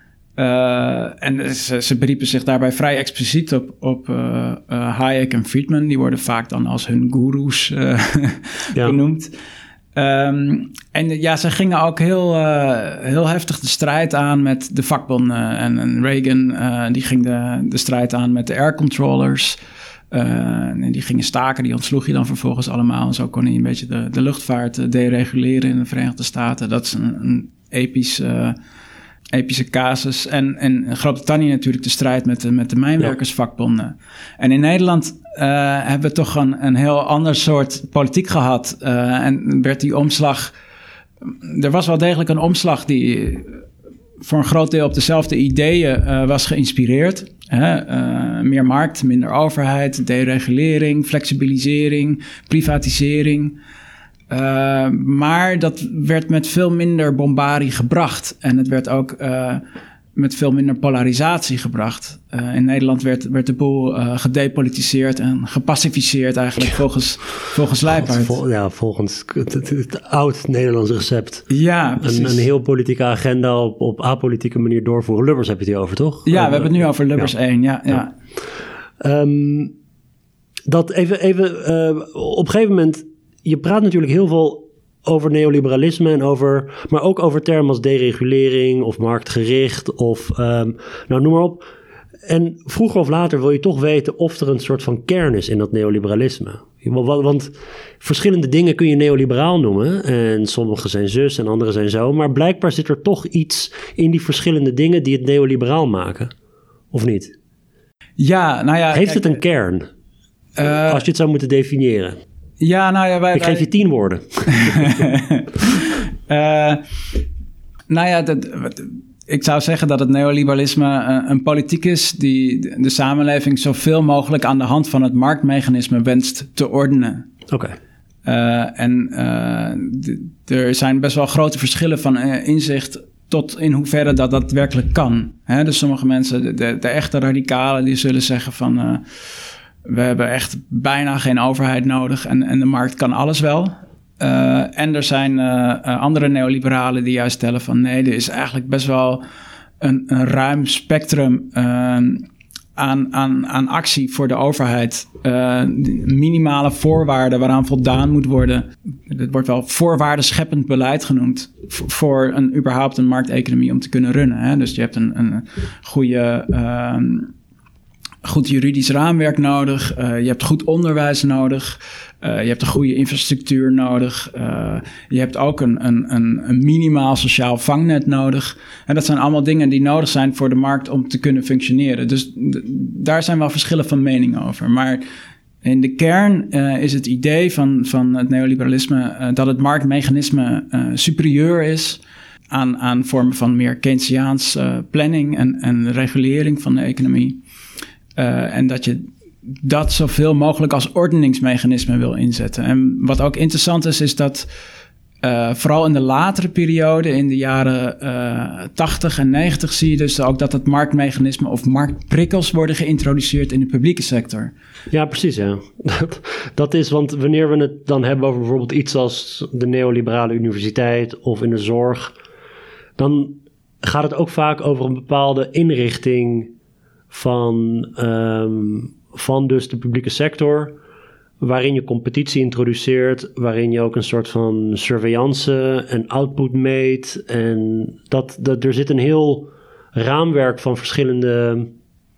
Speaker 1: Uh, en ze, ze beriepen zich daarbij vrij expliciet op, op uh, uh, Hayek en Friedman. Die worden vaak dan als hun goeroes uh, ja. benoemd. Um, en ja, ze gingen ook heel, uh, heel heftig de strijd aan met de vakbonden. En, en Reagan uh, die ging de, de strijd aan met de aircontrollers. Uh, en die gingen staken, die ontsloeg je dan vervolgens allemaal. Zo kon hij een beetje de, de luchtvaart dereguleren in de Verenigde Staten. Dat is een, een episch... Uh, epische casus. En in Groot-Brittannië natuurlijk de strijd met de, met de mijnwerkersvakbonden. Ja. En in Nederland uh, hebben we toch een, een heel ander soort politiek gehad. Uh, en werd die omslag... Er was wel degelijk een omslag die voor een groot deel op dezelfde ideeën uh, was geïnspireerd. Hè? Uh, meer markt, minder overheid, deregulering, flexibilisering, privatisering... Uh, maar dat werd met veel minder bombarie gebracht. En het werd ook uh, met veel minder polarisatie gebracht. Uh, in Nederland werd, werd de boel uh, gedepolitiseerd en gepacificeerd eigenlijk ja. volgens, volgens Leipaert.
Speaker 2: Vol, ja, volgens het, het, het oud-Nederlands recept.
Speaker 1: Ja, precies.
Speaker 2: Een, een heel politieke agenda op, op apolitieke manier doorvoeren. Lubbers heb je het hier over, toch?
Speaker 1: Ja, we uh, hebben het nu over Lubbers ja. één, ja. ja.
Speaker 2: ja. Um, dat even, even uh, op een gegeven moment... Je praat natuurlijk heel veel over neoliberalisme en over, maar ook over termen als deregulering of marktgericht of um, nou noem maar op. En vroeger of later wil je toch weten of er een soort van kern is in dat neoliberalisme. Want verschillende dingen kun je neoliberaal noemen en sommige zijn zus en andere zijn zo. Maar blijkbaar zit er toch iets in die verschillende dingen die het neoliberaal maken. Of niet?
Speaker 1: Ja, nou ja.
Speaker 2: Heeft kijk, het een kern? Uh, als je het zou moeten definiëren.
Speaker 1: Ja, nou ja, wij...
Speaker 2: Ik geef
Speaker 1: wij...
Speaker 2: je tien woorden.
Speaker 1: uh, nou ja, dat, ik zou zeggen dat het neoliberalisme een, een politiek is die de samenleving zoveel mogelijk aan de hand van het marktmechanisme wenst te ordenen.
Speaker 2: Oké. Okay.
Speaker 1: Uh, en uh, d- er zijn best wel grote verschillen van uh, inzicht tot in hoeverre dat dat werkelijk kan. Hè? Dus sommige mensen, de, de, de echte radicalen, die zullen zeggen van... Uh, we hebben echt bijna geen overheid nodig en, en de markt kan alles wel. Uh, en er zijn uh, uh, andere neoliberalen die juist stellen van... nee, er is eigenlijk best wel een, een ruim spectrum uh, aan, aan, aan actie voor de overheid. Uh, minimale voorwaarden waaraan voldaan moet worden. Het wordt wel voorwaardenscheppend beleid genoemd. V- voor een, überhaupt een markteconomie om te kunnen runnen. Hè? Dus je hebt een, een goede... Uh, goed juridisch raamwerk nodig. Uh, je hebt goed onderwijs nodig. Uh, je hebt een goede infrastructuur nodig. Uh, je hebt ook een, een, een, een minimaal sociaal vangnet nodig. En dat zijn allemaal dingen die nodig zijn voor de markt om te kunnen functioneren. Dus d- daar zijn wel verschillen van mening over. Maar in de kern uh, is het idee van, van het neoliberalisme uh, dat het marktmechanisme uh, superieur is aan, aan vormen van meer Keynesiaans uh, planning en, en regulering van de economie. Uh, en dat je dat zoveel mogelijk als ordeningsmechanisme wil inzetten. En wat ook interessant is, is dat uh, vooral in de latere periode, in de jaren uh, tachtig en negentig, zie je dus ook dat het marktmechanisme of marktprikkels worden geïntroduceerd in de publieke sector.
Speaker 2: Ja, precies, ja. Dat, dat is, want wanneer we het dan hebben over bijvoorbeeld iets als de neoliberale universiteit of in de zorg, dan gaat het ook vaak over een bepaalde inrichting van, um, van dus de publieke sector, waarin je competitie introduceert, waarin je ook een soort van surveillance en output meet. En dat, dat, er zit een heel raamwerk van verschillende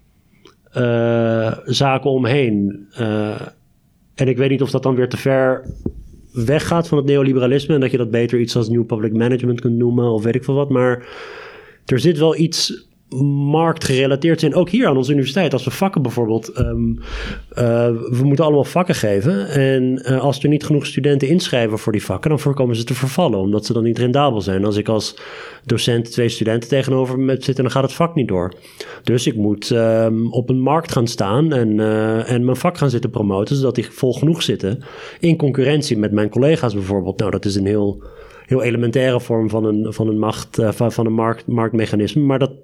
Speaker 2: uh, zaken omheen. Uh, en ik weet niet of dat dan weer te ver weggaat van het neoliberalisme en dat je dat beter iets als nieuw public management kunt noemen of weet ik veel wat. Maar er zit wel iets marktgerelateerd zijn. Ook hier aan onze universiteit. Als we vakken bijvoorbeeld... Um, uh, we moeten allemaal vakken geven. En uh, als er niet genoeg studenten inschrijven voor die vakken, dan voorkomen ze te vervallen. Omdat ze dan niet rendabel zijn. Als ik als docent twee studenten tegenover me zit, dan gaat het vak niet door. Dus ik moet um, op een markt gaan staan en, uh, en mijn vak gaan zitten promoten, zodat die vol genoeg zitten. In concurrentie met mijn collega's bijvoorbeeld. Nou, dat is een heel, heel elementaire vorm van een, van een macht, uh, van, van een markt, marktmechanisme. Maar dat...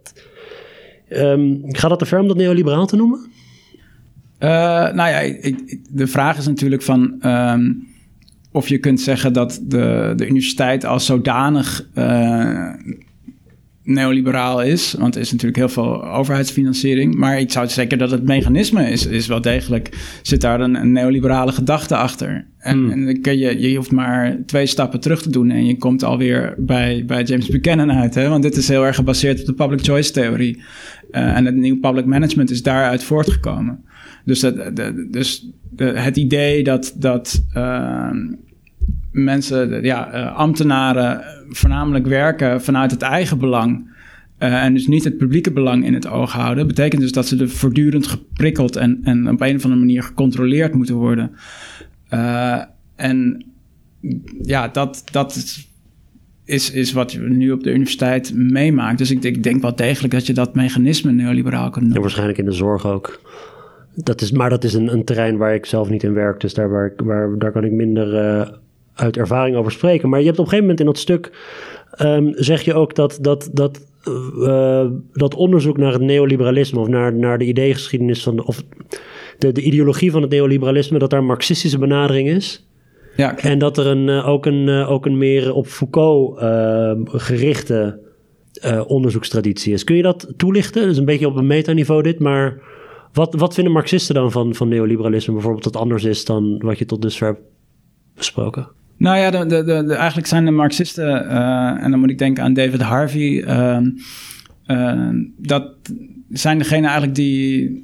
Speaker 2: Um, gaat dat te ver om dat neoliberaal te noemen?
Speaker 1: Uh, nou ja, ik, de vraag is natuurlijk van um, of je kunt zeggen dat de, de universiteit als zodanig uh, neoliberaal is. Want er is natuurlijk heel veel overheidsfinanciering. Maar ik zou zeker dat het mechanisme is, is wel degelijk, zit daar een, een neoliberale gedachte achter. En, hmm. en dan kun je, je hoeft maar twee stappen terug te doen en je komt alweer bij, bij James Buchanan uit. Hè? Want dit is heel erg gebaseerd op de public choice theorie. Uh, en het nieuw public management is daaruit voortgekomen. Dus, dat, de, dus de, het idee dat, dat uh, mensen, de, ja, uh, ambtenaren voornamelijk werken vanuit het eigen belang uh, en dus niet het publieke belang in het oog houden, betekent dus dat ze er voortdurend geprikkeld en, en op een of andere manier gecontroleerd moeten worden. Uh, en ja, dat, dat is... Is, is wat je nu op de universiteit meemaakt. Dus ik, ik denk wel degelijk dat je dat mechanisme neoliberaal kan noemen.
Speaker 2: En waarschijnlijk in de zorg ook. Dat is, maar dat is een, een terrein waar ik zelf niet in werk. Dus daar, waar ik, waar, daar kan ik minder uh, uit ervaring over spreken. Maar je hebt op een gegeven moment in dat stuk... Um, zeg je ook dat, dat, dat, uh, dat onderzoek naar het neoliberalisme... of naar, naar de ideeëngeschiedenis van... of de, de ideologie van het neoliberalisme... dat daar een marxistische benadering is... Ja, en dat er een, ook, een, ook een meer op Foucault uh, gerichte uh, onderzoekstraditie is. Kun je dat toelichten? Dat is een beetje op een metaniveau dit, maar wat, wat vinden Marxisten dan van, van neoliberalisme bijvoorbeeld dat anders is dan wat je tot dusver hebt besproken?
Speaker 1: Nou ja, de, de, de, eigenlijk zijn de Marxisten, uh, en dan moet ik denken aan David Harvey, uh, uh, dat zijn degenen eigenlijk die...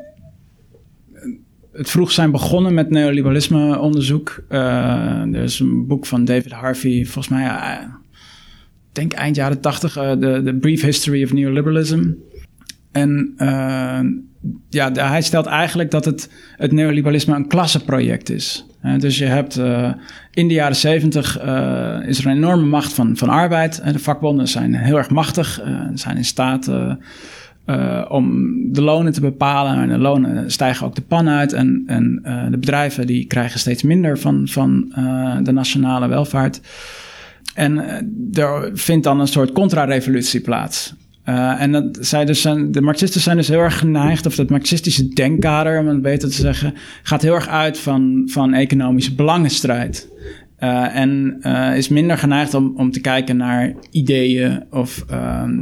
Speaker 1: het vroeg zijn begonnen met neoliberalisme-onderzoek. Uh, er is een boek van David Harvey, volgens mij, uh, ik denk eind jaren tachtig, uh, The, The Brief History of Neoliberalism. En uh, ja, de, hij stelt eigenlijk dat het, het neoliberalisme een klassenproject is. Uh, dus je hebt uh, in de jaren zeventig uh, is er een enorme macht van, van arbeid. Uh, de vakbonden zijn heel erg machtig, uh, zijn in staat... Uh, Uh, om de lonen te bepalen. En de lonen stijgen ook de pan uit. En, en uh, de bedrijven die krijgen steeds minder van, van uh, de nationale welvaart. En uh, er vindt dan een soort contra-revolutie plaats. Uh, en dat zij dus zijn, de Marxisten zijn dus heel erg geneigd, of dat Marxistische denkkader, om het beter te zeggen, gaat heel erg uit van, van economische belangenstrijd. Uh, en uh, is minder geneigd om, om te kijken naar ideeën of... Um,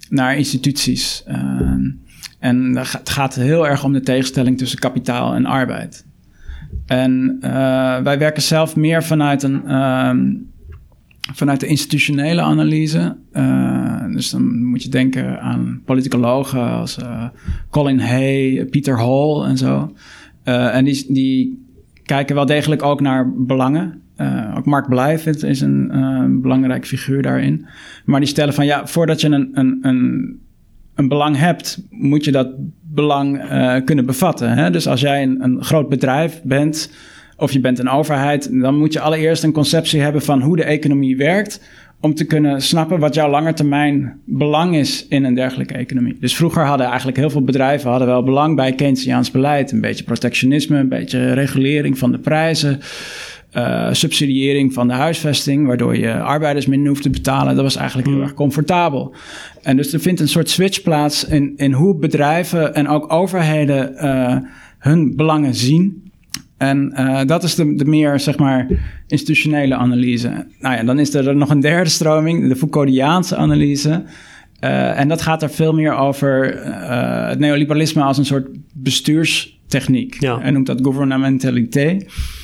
Speaker 1: naar instituties. Uh, en het gaat heel erg om de tegenstelling tussen kapitaal en arbeid. En uh, wij werken zelf meer vanuit een... Uh, Vanuit de institutionele analyse. Uh, dus dan moet je denken aan politicologen als uh, Colin Hay, Peter Hall en zo. Uh, en die, die kijken wel degelijk ook naar belangen. Uh, ook Mark Blyth is een uh, belangrijke figuur daarin. Maar die stellen van ja, voordat je een, een, een, een belang hebt, moet je dat belang uh, kunnen bevatten. Hè? Dus als jij een, een groot bedrijf bent, of je bent een overheid, dan moet je allereerst een conceptie hebben van hoe de economie werkt, om te kunnen snappen wat jouw langetermijn belang is in een dergelijke economie. Dus vroeger hadden eigenlijk heel veel bedrijven hadden wel belang bij Keynesiaans beleid. Een beetje protectionisme, een beetje regulering van de prijzen, uh, subsidiëring van de huisvesting, waardoor je arbeiders minder hoeft te betalen. Dat was eigenlijk heel erg comfortabel. En dus er vindt een soort switch plaats in, in hoe bedrijven en ook overheden uh, hun belangen zien. En uh, dat is de, de meer, zeg maar, institutionele analyse. Nou ja, dan is er nog een derde stroming, de Foucauldiaanse analyse. Uh, en dat gaat er veel meer over uh, het neoliberalisme als een soort bestuurstechniek. Ja. Hij noemt dat gouvernementalité.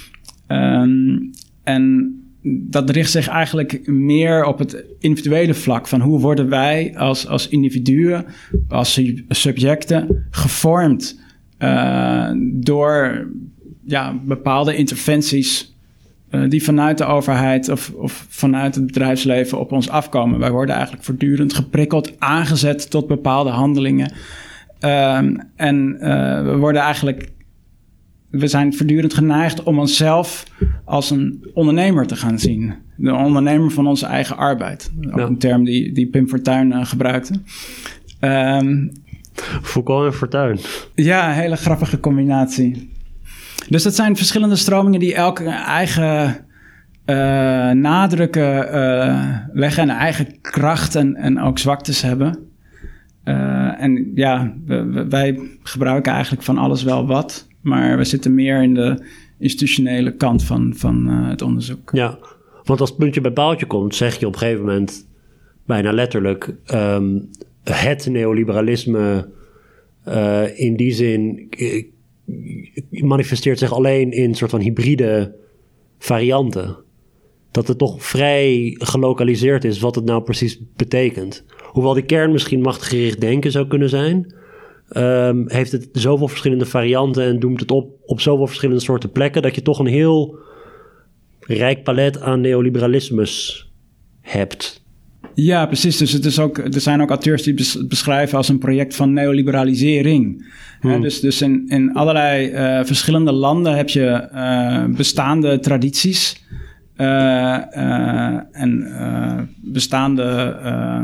Speaker 1: Um, en dat richt zich eigenlijk meer op het individuele vlak. Van hoe worden wij als, als individuen, als subjecten gevormd uh, door... ja, bepaalde interventies uh, die vanuit de overheid of, of vanuit het bedrijfsleven op ons afkomen. Wij worden eigenlijk voortdurend geprikkeld, aangezet tot bepaalde handelingen. Um, en uh, we worden eigenlijk, we zijn voortdurend geneigd om onszelf als een ondernemer te gaan zien. De ondernemer van onze eigen arbeid. Ook ja. Een term die, die Pim Fortuyn uh, gebruikte. Um,
Speaker 2: Foucault en Fortuyn.
Speaker 1: Ja, een hele grappige combinatie. Dus dat zijn verschillende stromingen die elke eigen uh, nadrukken uh, leggen en eigen kracht en, en ook zwaktes hebben. Uh, en ja, we, wij gebruiken eigenlijk van alles wel wat, maar we zitten meer in de institutionele kant van, van uh, het onderzoek.
Speaker 2: Ja, want als het puntje bij paaltje komt, zeg je op een gegeven moment bijna letterlijk um, het neoliberalisme uh, in die zin... Uh, manifesteert zich alleen in een soort van hybride varianten. Dat het toch vrij gelokaliseerd is wat het nou precies betekent. Hoewel die kern misschien machtgericht denken zou kunnen zijn, um, heeft het zoveel verschillende varianten en doemt het op op zoveel verschillende soorten plekken dat je toch een heel rijk palet aan neoliberalismes hebt.
Speaker 1: Ja, precies. Dus het is ook, er zijn ook auteurs die het beschrijven als een project van neoliberalisering. Hmm. Ja, dus dus in, in allerlei uh, verschillende landen heb je uh, bestaande tradities uh, uh, en uh, bestaande uh,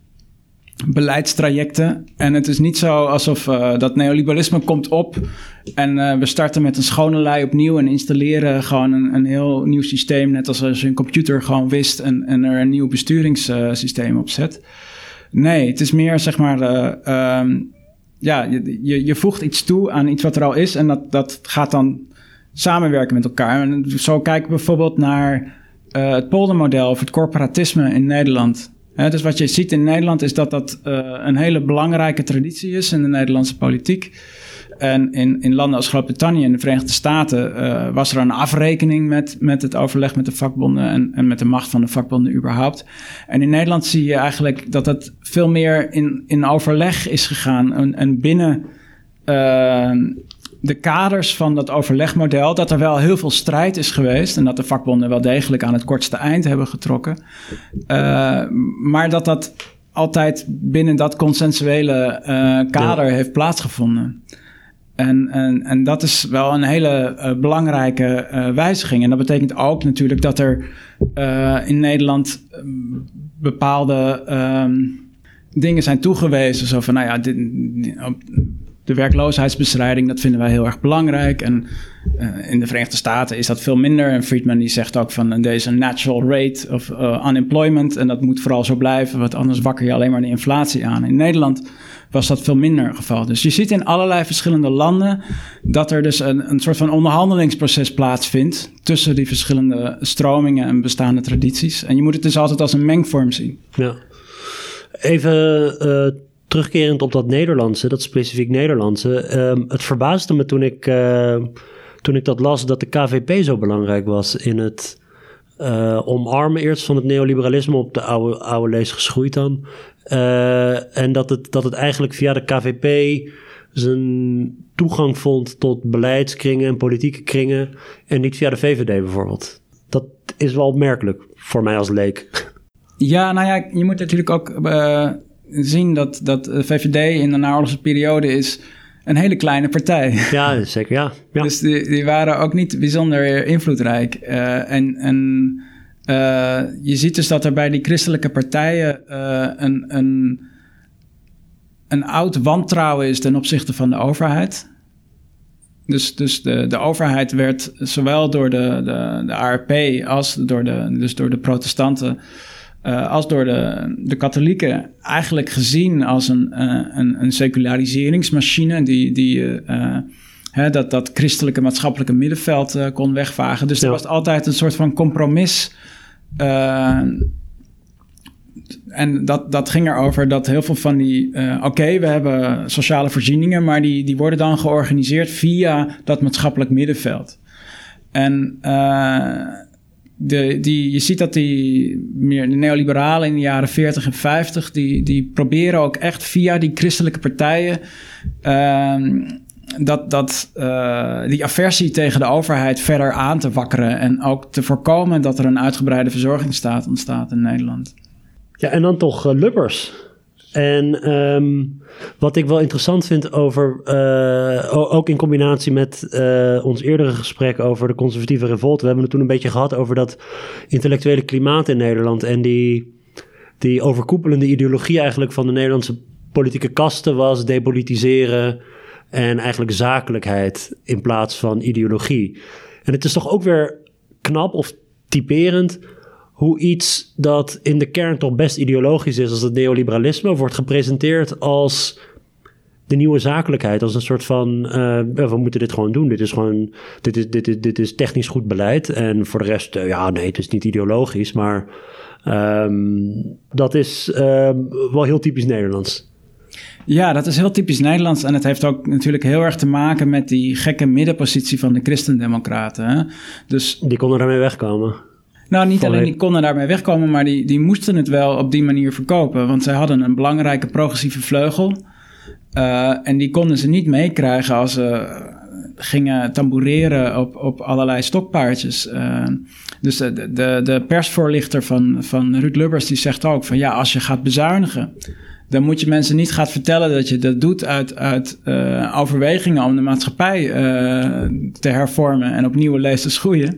Speaker 1: beleidstrajecten. En het is niet zo alsof uh, dat neoliberalisme komt op en uh, we starten met een schone lei opnieuw en installeren gewoon een, een heel nieuw systeem, net als als je een computer gewoon wist en, en er een nieuw besturingssysteem op zet. Nee, het is meer zeg maar, uh, um, ja, je, je voegt iets toe aan iets wat er al is en dat, dat gaat dan samenwerken met elkaar. En zo kijken we bijvoorbeeld naar uh, het poldermodel of het corporatisme in Nederland. He, dus wat je ziet in Nederland is dat dat uh, een hele belangrijke traditie is in de Nederlandse politiek. En in, in landen als Groot-Brittannië en de Verenigde Staten uh, was er een afrekening met, met het overleg met de vakbonden en, en met de macht van de vakbonden überhaupt. En in Nederland zie je eigenlijk dat het veel meer in, in overleg is gegaan en, en binnen uh, de kaders van dat overlegmodel, dat er wel heel veel strijd is geweest en dat de vakbonden wel degelijk aan het kortste eind hebben getrokken. Uh, maar dat dat altijd binnen dat consensuele uh, kader ja. heeft plaatsgevonden. En, en, en dat is wel een hele uh, belangrijke uh, wijziging. En dat betekent ook natuurlijk dat er uh, in Nederland uh, bepaalde uh, dingen zijn toegewezen. Zo van, nou ja, dit, de werkloosheidsbestrijding, dat vinden wij heel erg belangrijk. En uh, in de Verenigde Staten is dat veel minder. En Friedman die zegt ook van, uh, deze natural rate of uh, unemployment. En dat moet vooral zo blijven, want anders wakker je alleen maar de inflatie aan. In Nederland was dat veel minder het geval. Dus je ziet in allerlei verschillende landen dat er dus een, een soort van onderhandelingsproces plaatsvindt tussen die verschillende stromingen en bestaande tradities. En je moet het dus altijd als een mengvorm zien.
Speaker 2: Ja. Even uh, terugkerend op dat Nederlandse, dat specifiek Nederlandse. Um, het verbaasde me toen ik, uh, toen ik dat las dat de K V P zo belangrijk was in het uh, omarmen eerst van het neoliberalisme, op de oude, oude lees geschoeid dan. Uh, en dat het, dat het eigenlijk via de K V P zijn toegang vond tot beleidskringen en politieke kringen en niet via de V V D bijvoorbeeld. Dat is wel opmerkelijk voor mij als leek.
Speaker 1: Ja, nou ja, je moet natuurlijk ook uh, zien dat, dat de V V D in de naoorlogse periode is een hele kleine partij.
Speaker 2: Ja, zeker, ja. ja.
Speaker 1: Dus die, die waren ook niet bijzonder invloedrijk. Uh, en en uh, je ziet dus dat er bij die christelijke partijen uh, een, een, een oud wantrouwen is ten opzichte van de overheid. Dus, dus de, de overheid werd zowel door de, de, de A R P als door de, dus door de protestanten Uh, als door de, de katholieken eigenlijk gezien als een, uh, een, een seculariseringsmachine die, die uh, hè, dat, dat christelijke maatschappelijke middenveld uh, kon wegvagen. Dus ja. Er was altijd een soort van compromis. Uh, en dat, dat ging erover dat heel veel van die... Uh, Oké, okay, we hebben sociale voorzieningen, maar die, die worden dan georganiseerd via dat maatschappelijk middenveld. En... Uh, De, die, je ziet dat die meer de neoliberalen in de jaren veertig en vijftig... Die, die proberen ook echt via die christelijke partijen... Uh, dat, dat, uh, die aversie tegen de overheid verder aan te wakkeren... en ook te voorkomen dat er een uitgebreide verzorgingsstaat ontstaat in Nederland.
Speaker 2: Ja, en dan toch uh, Lubbers. En um, wat ik wel interessant vind over, uh, ook in combinatie met uh, ons eerdere gesprek over de conservatieve revolte. We hebben het toen een beetje gehad over dat intellectuele klimaat in Nederland. En die, die overkoepelende ideologie eigenlijk van de Nederlandse politieke kasten was depolitiseren en eigenlijk zakelijkheid in plaats van ideologie. En het is toch ook weer knap of typerend hoe iets dat in de kern toch best ideologisch is als het neoliberalisme wordt gepresenteerd als de nieuwe zakelijkheid. Als een soort van, uh, we moeten dit gewoon doen. Dit is gewoon, dit is, dit is, dit is technisch goed beleid. En voor de rest, uh, ja nee, het is niet ideologisch. Maar um, dat is uh, wel heel typisch Nederlands.
Speaker 1: Ja, dat is heel typisch Nederlands. En het heeft ook natuurlijk heel erg te maken met die gekke middenpositie van de christendemocraten. Hè? Dus
Speaker 2: die konden daarmee wegkomen.
Speaker 1: Nou, niet alleen die konden daarmee wegkomen, maar die, die moesten het wel op die manier verkopen. Want zij hadden een belangrijke progressieve vleugel. Uh, en die konden ze niet meekrijgen als ze gingen tamboureren op, op allerlei stokpaardjes. Uh, dus de, de, de persvoorlichter van, van Ruud Lubbers die zegt ook van ja, als je gaat bezuinigen, dan moet je mensen niet gaan vertellen dat je dat doet uit, uit uh, overwegingen om de maatschappij uh, te hervormen en op nieuwe lees te schoeien.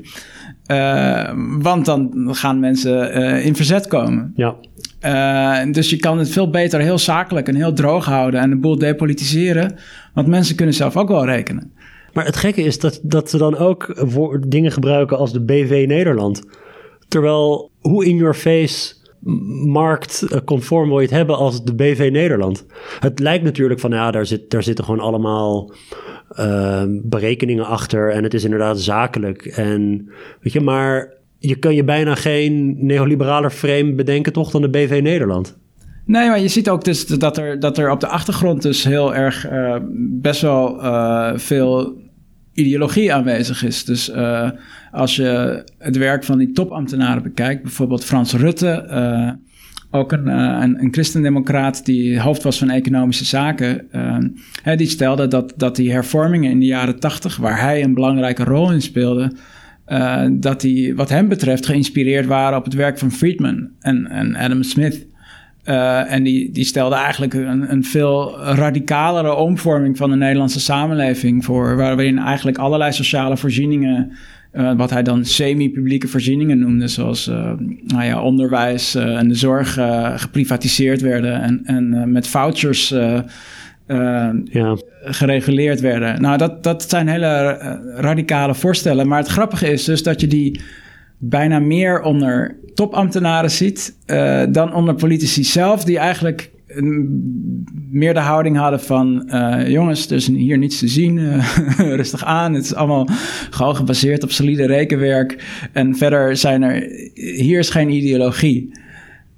Speaker 1: Uh, want dan gaan mensen uh, in verzet komen.
Speaker 2: Ja.
Speaker 1: Uh, dus je kan het veel beter heel zakelijk en heel droog houden en de boel depolitiseren. Want mensen kunnen zelf ook wel rekenen.
Speaker 2: Maar het gekke is dat, dat ze dan ook voor dingen gebruiken als de B V Nederland. Terwijl, hoe in your face marktconform wil je het hebben als de B V Nederland? Het lijkt natuurlijk van, ja, daar, zit, daar zitten gewoon allemaal uh, berekeningen achter en het is inderdaad zakelijk. En weet je, maar je kan je bijna geen neoliberaler frame bedenken toch dan de B V Nederland?
Speaker 1: Nee, maar je ziet ook dus dat er, dat er op de achtergrond dus heel erg uh, best wel uh, veel ideologie aanwezig is. Dus uh, als je het werk van die topambtenaren bekijkt, bijvoorbeeld Frans Rutte, uh, ook een, uh, een, een christendemocraat die hoofd was van economische zaken, uh, hè, die stelde dat, dat die hervormingen in de jaren tachtig, waar hij een belangrijke rol in speelde, uh, dat die wat hem betreft geïnspireerd waren op het werk van Friedman en, en Adam Smith. Uh, en die, die stelde eigenlijk een, een veel radicalere omvorming van de Nederlandse samenleving voor, waarin eigenlijk allerlei sociale voorzieningen, uh, wat hij dan semi-publieke voorzieningen noemde, zoals uh, nou ja, onderwijs uh, en de zorg uh, geprivatiseerd werden en, en uh, met vouchers uh, uh, ja. gereguleerd werden. Nou, dat, dat zijn hele radicale voorstellen. Maar het grappige is dus dat je die bijna meer onder topambtenaren ziet uh, dan onder politici zelf, die eigenlijk uh, meer de houding hadden van uh, jongens, er is hier niets te zien, uh, rustig aan, het is allemaal gewoon gebaseerd op solide rekenwerk en verder zijn er, hier is geen ideologie.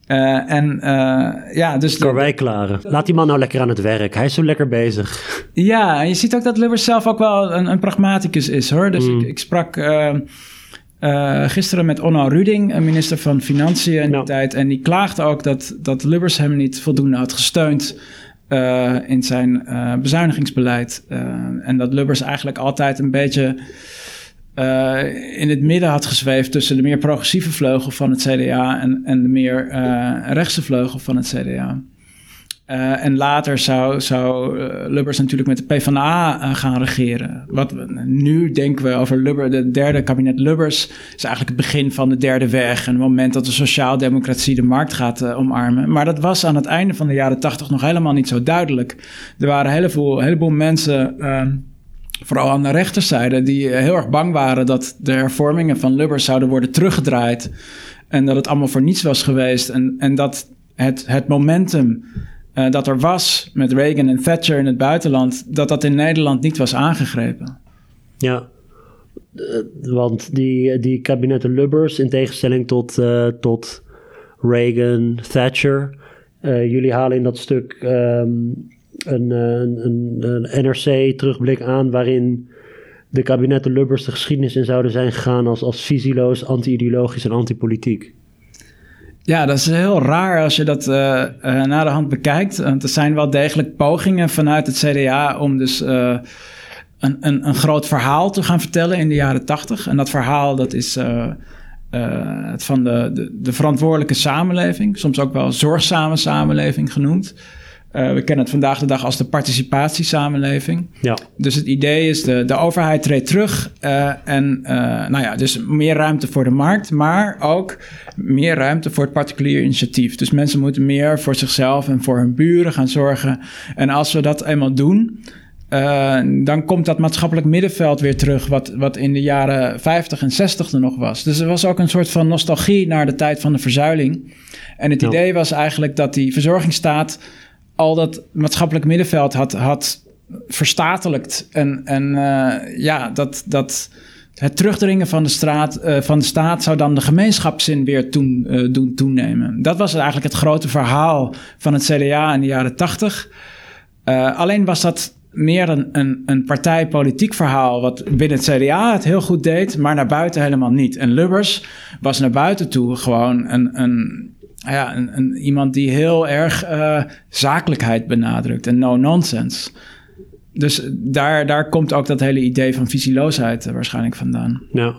Speaker 1: Uh, en uh, ja, dus...
Speaker 2: Karwei klaren. Laat die man nou lekker aan het werk. Hij is zo lekker bezig.
Speaker 1: Ja, en je ziet ook dat Lubbers zelf ook wel een, een pragmaticus is, hoor. Dus mm. ik, ik sprak uh, uh, gisteren met Onno Ruding, een minister van Financiën in die nou. tijd. En die klaagde ook dat, dat Lubbers hem niet voldoende had gesteund uh, in zijn uh, bezuinigingsbeleid. Uh, en dat Lubbers eigenlijk altijd een beetje... Uh, in het midden had gezweefd tussen de meer progressieve vleugel van het C D A en, en de meer uh, rechtse vleugel van het C D A. Uh, en later zou, zou uh, Lubbers natuurlijk met de PvdA uh, gaan regeren. Wat we, nu denken we over Lubbers, de derde kabinet Lubbers is eigenlijk het begin van de derde weg. En het moment dat de sociaaldemocratie de markt gaat uh, omarmen. Maar dat was aan het einde van de jaren tachtig nog helemaal niet zo duidelijk. Er waren een heleboel, een heleboel mensen... Uh, vooral aan de rechterzijde, die heel erg bang waren dat de hervormingen van Lubbers zouden worden teruggedraaid. En dat het allemaal voor niets was geweest. En, en dat het, het momentum uh, dat er was met Reagan en Thatcher in het buitenland, dat dat in Nederland niet was aangegrepen.
Speaker 2: Ja, uh, want die, die kabinetten Lubbers, in tegenstelling tot, uh, tot Reagan, Thatcher, uh, jullie halen in dat stuk... Um, Een, een, een, een N R C terugblik aan waarin de kabinetten Lubbers de geschiedenis in zouden zijn gegaan als, als visieloos, anti-ideologisch en anti-politiek.
Speaker 1: Ja, dat is heel raar als je dat uh, uh, na de hand bekijkt. Want er zijn wel degelijk pogingen vanuit het C D A om dus uh, een, een, een groot verhaal te gaan vertellen in de jaren tachtig. En dat verhaal dat is uh, uh, het van de, de, de verantwoordelijke samenleving, soms ook wel zorgzame samenleving genoemd. Uh, we kennen het vandaag de dag als de participatiesamenleving. Ja. Dus het idee is, de, de overheid treedt terug. Uh, en uh, nou ja, dus meer ruimte voor de markt, maar ook meer ruimte voor het particulier initiatief. Dus mensen moeten meer voor zichzelf en voor hun buren gaan zorgen. En als we dat eenmaal doen, uh, dan komt dat maatschappelijk middenveld weer terug, wat, wat in de jaren vijftig en zestig er nog was. Dus er was ook een soort van nostalgie naar de tijd van de verzuiling. En het ja. idee was eigenlijk dat die verzorgingsstaat al dat maatschappelijk middenveld had, had verstatelijkt. En, en uh, ja, dat, dat het terugdringen van de, straat, uh, van de staat zou dan de gemeenschapszin weer toen, uh, doen toenemen. Dat was eigenlijk het grote verhaal van het C D A in de jaren tachtig. Uh, alleen was dat meer een, een, een partijpolitiek verhaal wat binnen het C D A het heel goed deed, maar naar buiten helemaal niet. En Lubbers was naar buiten toe gewoon een... een Ja, een, een, iemand die heel erg uh, zakelijkheid benadrukt en no-nonsense. Dus daar, daar komt ook dat hele idee van visieloosheid uh, waarschijnlijk vandaan.
Speaker 2: Ja.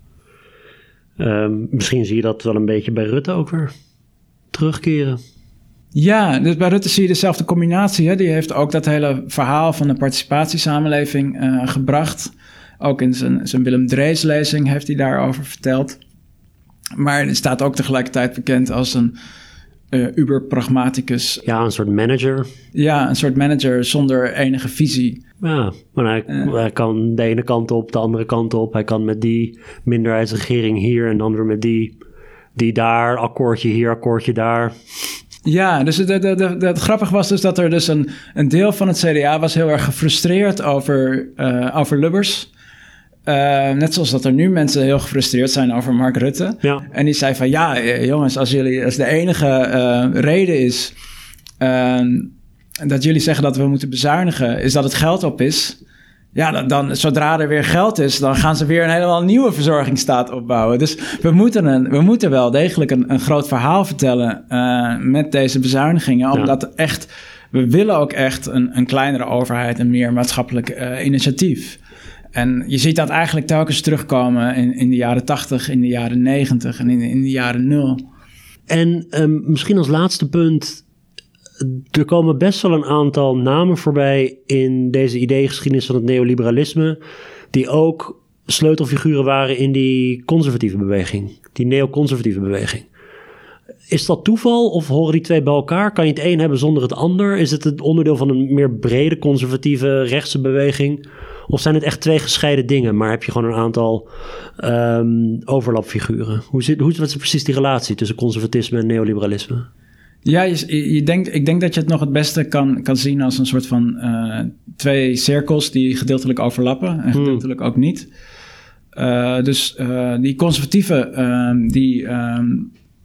Speaker 2: Um, misschien zie je dat wel een beetje bij Rutte ook weer terugkeren.
Speaker 1: Ja, dus bij Rutte zie je dezelfde combinatie. Hè? Die heeft ook dat hele verhaal van de participatiesamenleving uh, gebracht. Ook in zijn, zijn Willem Drees-lezing heeft hij daarover verteld. Maar hij staat ook tegelijkertijd bekend als een uh, uber-pragmaticus.
Speaker 2: Ja, een soort manager.
Speaker 1: Ja, een soort manager zonder enige visie.
Speaker 2: Ja, maar hij, uh, hij kan de ene kant op, de andere kant op. Hij kan met die minderheidsregering hier en dan weer met die, die daar. Akkoordje hier, akkoordje daar.
Speaker 1: Ja, dus het, het, het, het, het grappige was dus dat er dus een, een deel van het C D A was heel erg gefrustreerd over, uh, over Lubbers. Uh, net zoals dat er nu mensen heel gefrustreerd zijn over Mark Rutte. Ja. En die zei van ja, jongens, als jullie als de enige uh, reden is uh, dat jullie zeggen dat we moeten bezuinigen, is dat het geld op is. Ja, dan, dan zodra er weer geld is, dan gaan ze weer een helemaal nieuwe verzorgingsstaat opbouwen. Dus we moeten, een, we moeten wel degelijk een, een groot verhaal vertellen uh, met deze bezuinigingen. Omdat ja. echt, we willen ook echt een, een kleinere overheid en meer maatschappelijk uh, initiatief. En je ziet dat eigenlijk telkens terugkomen in, in de jaren tachtig, in de jaren negentig en in, in de jaren nul.
Speaker 2: En um, misschien als laatste punt, er komen best wel een aantal namen voorbij in deze ideeëngeschiedenis van het neoliberalisme, die ook sleutelfiguren waren in die conservatieve beweging, die neoconservatieve beweging. Is dat toeval of horen die twee bij elkaar? Kan je het een hebben zonder het ander? Is het het onderdeel van een meer brede conservatieve rechtse beweging? Of zijn het echt twee gescheiden dingen, maar heb je gewoon een aantal um, overlapfiguren? Hoe zit, hoe, wat is precies die relatie tussen conservatisme en neoliberalisme?
Speaker 1: Ja, je, je denkt, ik denk dat je het nog het beste kan, kan zien als een soort van uh, twee cirkels die gedeeltelijk overlappen en gedeeltelijk hmm. ook niet. Uh, dus uh, die conservatieven, uh, die... Um,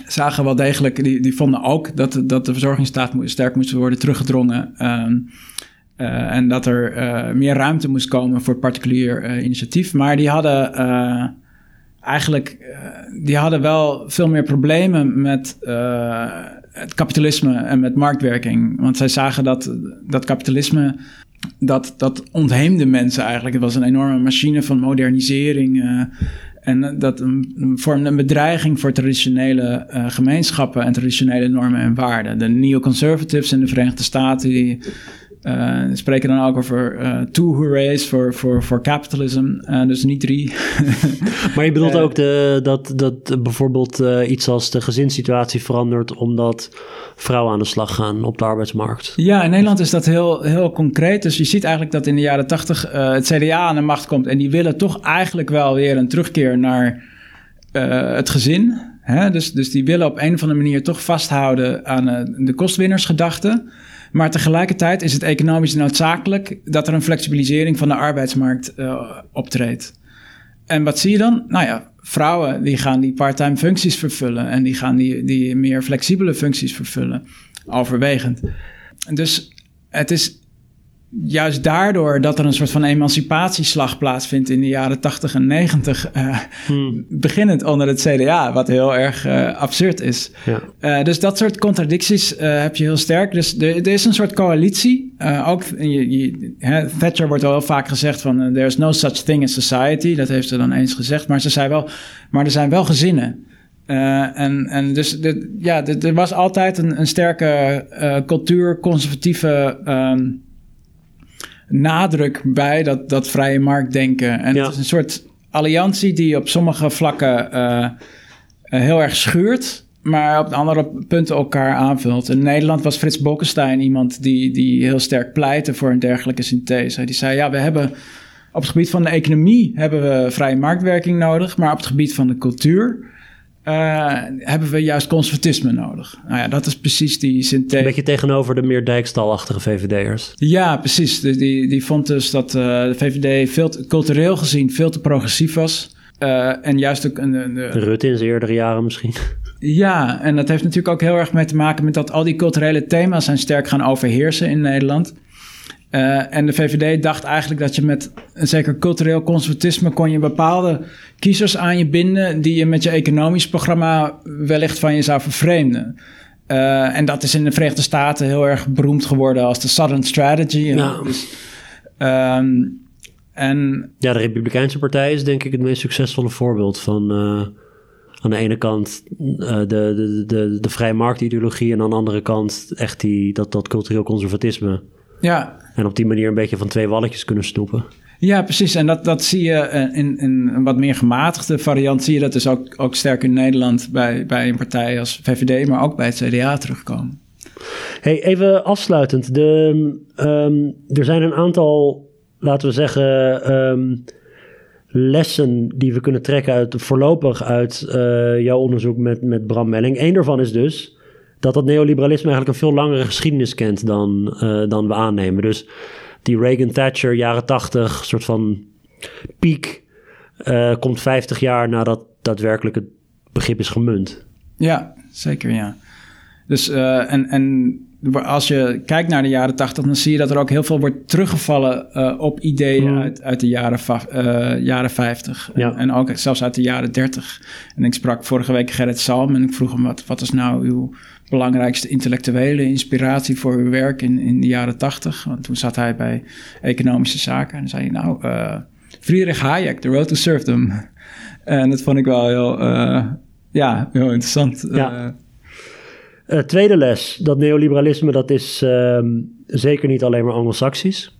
Speaker 1: zagen wel degelijk, die, die vonden ook dat, dat de verzorgingsstaat sterk moest worden teruggedrongen. Um, uh, en dat er uh, meer ruimte moest komen voor particulier uh, initiatief. Maar die hadden uh, eigenlijk, uh, die hadden wel veel meer problemen met uh, het kapitalisme en met marktwerking. Want zij zagen dat, dat kapitalisme, dat, dat ontheemde mensen eigenlijk. Het was een enorme machine van modernisering. Uh, En dat vormde een bedreiging voor traditionele uh, gemeenschappen en traditionele normen en waarden. De neoconservatives in de Verenigde Staten die uh, spreken dan ook over uh, two hoorays voor voor voor capitalism, uh, dus niet drie.
Speaker 2: Maar je bedoelt
Speaker 1: uh,
Speaker 2: ook de, dat, dat bijvoorbeeld uh, iets als de gezinssituatie verandert omdat vrouwen aan de slag gaan op de arbeidsmarkt?
Speaker 1: Ja, in Nederland is dat heel, heel concreet. Dus je ziet eigenlijk dat in de jaren tachtig uh, het C D A aan de macht komt en die willen toch eigenlijk wel weer een terugkeer naar uh, het gezin. Hè? Dus, dus die willen op een of andere manier toch vasthouden aan uh, de kostwinnersgedachte. Maar tegelijkertijd is het economisch noodzakelijk dat er een flexibilisering van de arbeidsmarkt uh, optreedt. En wat zie je dan? Nou ja, vrouwen die gaan die part-time functies vervullen en die gaan die, die meer flexibele functies vervullen, overwegend. Dus het is juist daardoor dat er een soort van emancipatieslag plaatsvindt in de jaren tachtig en negentig, uh, hmm. beginnend onder het C D A, wat heel erg uh, absurd is. Ja. Uh, dus dat soort contradicties uh, heb je heel sterk. Dus er, er is een soort coalitie. Uh, ook je, je, hè, Thatcher wordt al heel vaak gezegd van uh, there is no such thing as society. Dat heeft ze dan eens gezegd. Maar ze zei wel, maar er zijn wel gezinnen. Uh, en, en dus de, ja, de, er was altijd een, een sterke uh, cultuur-conservatieve um, nadruk bij dat, dat vrije marktdenken. En ja. Het is een soort alliantie die op sommige vlakken uh, uh, heel erg schuurt, maar op de andere punten elkaar aanvult. In Nederland was Frits Bolkestein iemand die, die heel sterk pleitte voor een dergelijke synthese. Die zei, ja, we hebben op het gebied van de economie hebben we vrije marktwerking nodig, maar op het gebied van de cultuur Uh, hebben we juist conservatisme nodig. Nou ja, dat is precies die synthese.
Speaker 2: Een beetje tegenover de meer Dijkstal-achtige V V D'ers.
Speaker 1: Ja, precies. Die, die, die vond dus dat uh, de V V D veel te, cultureel gezien veel te progressief was. Uh, en juist ook... Uh, uh,
Speaker 2: Rutte in zijn eerdere jaren misschien.
Speaker 1: Ja, en dat heeft natuurlijk ook heel erg mee te maken met dat al die culturele thema's zijn sterk gaan overheersen in Nederland. Uh, en de V V D dacht eigenlijk dat je met een zeker cultureel conservatisme kon je bepaalde kiezers aan je binden die je met je economisch programma wellicht van je zou vervreemden. Uh, en dat is in de Verenigde Staten heel erg beroemd geworden als de Southern Strategy.
Speaker 2: Ja.
Speaker 1: Dus, um, en,
Speaker 2: ja, de Republikeinse Partij is denk ik het meest succesvolle voorbeeld van uh, aan de ene kant uh, de, de, de, de vrije marktideologie en aan de andere kant echt die, dat, dat cultureel conservatisme.
Speaker 1: Ja.
Speaker 2: En op die manier een beetje van twee walletjes kunnen snoepen.
Speaker 1: Ja, precies. En dat, dat zie je in, in een wat meer gematigde variant. Zie je dat dus ook, ook sterk in Nederland bij, bij een partij als V V D, maar ook bij het C D A terugkomen.
Speaker 2: Hey, even afsluitend. De, um, er zijn een aantal, laten we zeggen, um, lessen die we kunnen trekken uit, voorlopig uit uh, jouw onderzoek met, met Bram Melling. Eén daarvan is dus dat dat neoliberalisme eigenlijk een veel langere geschiedenis kent dan, uh, dan we aannemen. Dus die Reagan-Thatcher, jaren tachtig, soort van piek, uh, komt vijftig jaar nadat daadwerkelijk het begrip is gemunt.
Speaker 1: Ja, zeker, ja. Dus, uh, en, en als je kijkt naar de jaren tachtig, dan zie je dat er ook heel veel wordt teruggevallen uh, op ideeën mm. uit, uit de jaren, uh, jaren vijftig. Ja. En, en ook zelfs uit de jaren dertig. En ik sprak vorige week Gerrit Salm en ik vroeg hem, wat, wat is nou uw belangrijkste intellectuele inspiratie voor uw werk in, in de jaren tachtig? Want toen zat hij bij Economische Zaken en dan zei hij, nou, uh, Friedrich Hayek, The Road to Serfdom. En dat vond ik wel heel, uh, ja, heel interessant.
Speaker 2: Ja. Uh, Uh, tweede les, dat neoliberalisme, dat is uh, zeker niet alleen maar Anglo-Saxisch.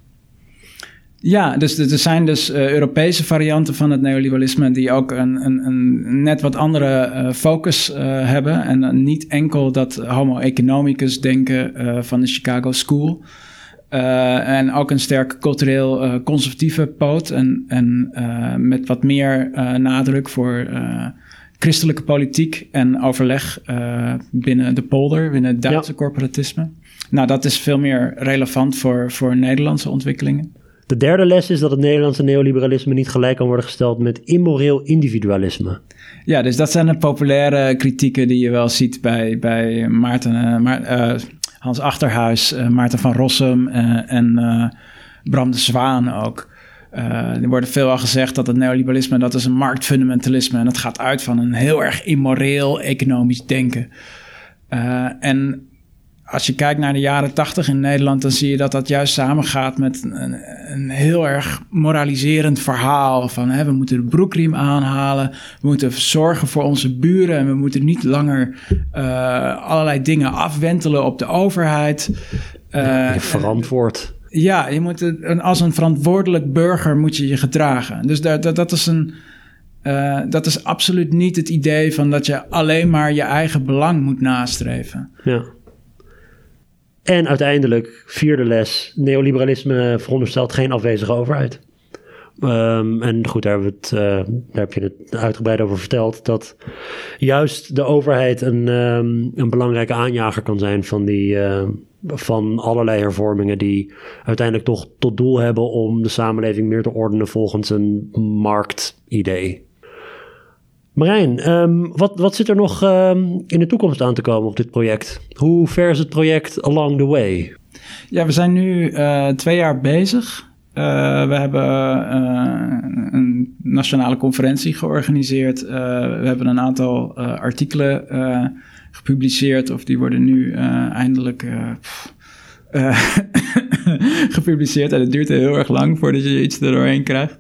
Speaker 1: Ja, dus er zijn dus uh, Europese varianten van het neoliberalisme die ook een, een, een net wat andere uh, focus uh, hebben. En uh, niet enkel dat homo economicus denken uh, van de Chicago School. Uh, en ook een sterk cultureel uh, conservatieve poot en, en uh, met wat meer uh, nadruk voor Uh, christelijke politiek en overleg uh, binnen de polder, binnen het Duitse ja. corporatisme. Nou, dat is veel meer relevant voor, voor Nederlandse ontwikkelingen.
Speaker 2: De derde les is dat het Nederlandse neoliberalisme niet gelijk kan worden gesteld met immoreel individualisme.
Speaker 1: Ja, dus dat zijn de populaire kritieken die je wel ziet bij, bij Maarten, uh, Ma- uh, Hans Achterhuis, uh, Maarten van Rossum uh, en uh, Bram de Zwaan ook. Uh, er wordt veel al gezegd dat het neoliberalisme, dat is een marktfundamentalisme en dat gaat uit van een heel erg immoreel economisch denken. Uh, en als je kijkt naar de jaren tachtig in Nederland, dan zie je dat dat juist samengaat met een, een heel erg moraliserend verhaal van hè, we moeten de broekriem aanhalen, we moeten zorgen voor onze buren en we moeten niet langer uh, allerlei dingen afwentelen op de overheid.
Speaker 2: Uh, ja, verantwoord.
Speaker 1: Ja, je moet het, als een verantwoordelijk burger moet je je gedragen. Dus dat, dat, dat is een... Uh, dat is absoluut niet het idee van dat je alleen maar je eigen belang moet nastreven.
Speaker 2: Ja. En uiteindelijk, vierde les, neoliberalisme veronderstelt geen afwezige overheid. Um, en goed, daar, hebben we het, uh, daar heb je het uitgebreid over verteld, dat juist de overheid een, um, een belangrijke aanjager kan zijn van, die, uh, van allerlei hervormingen die uiteindelijk toch tot doel hebben om de samenleving meer te ordenen volgens een marktidee. Marijn, um, wat, wat zit er nog um, in de toekomst aan te komen op dit project? Hoe ver is het project along the way?
Speaker 1: Ja, we zijn nu uh, twee jaar bezig. Uh, we hebben uh, een nationale conferentie georganiseerd. Uh, we hebben een aantal uh, artikelen uh, gepubliceerd. Of die worden nu uh, eindelijk uh, pff, uh, gepubliceerd. En het duurt heel erg lang voordat je iets er doorheen krijgt.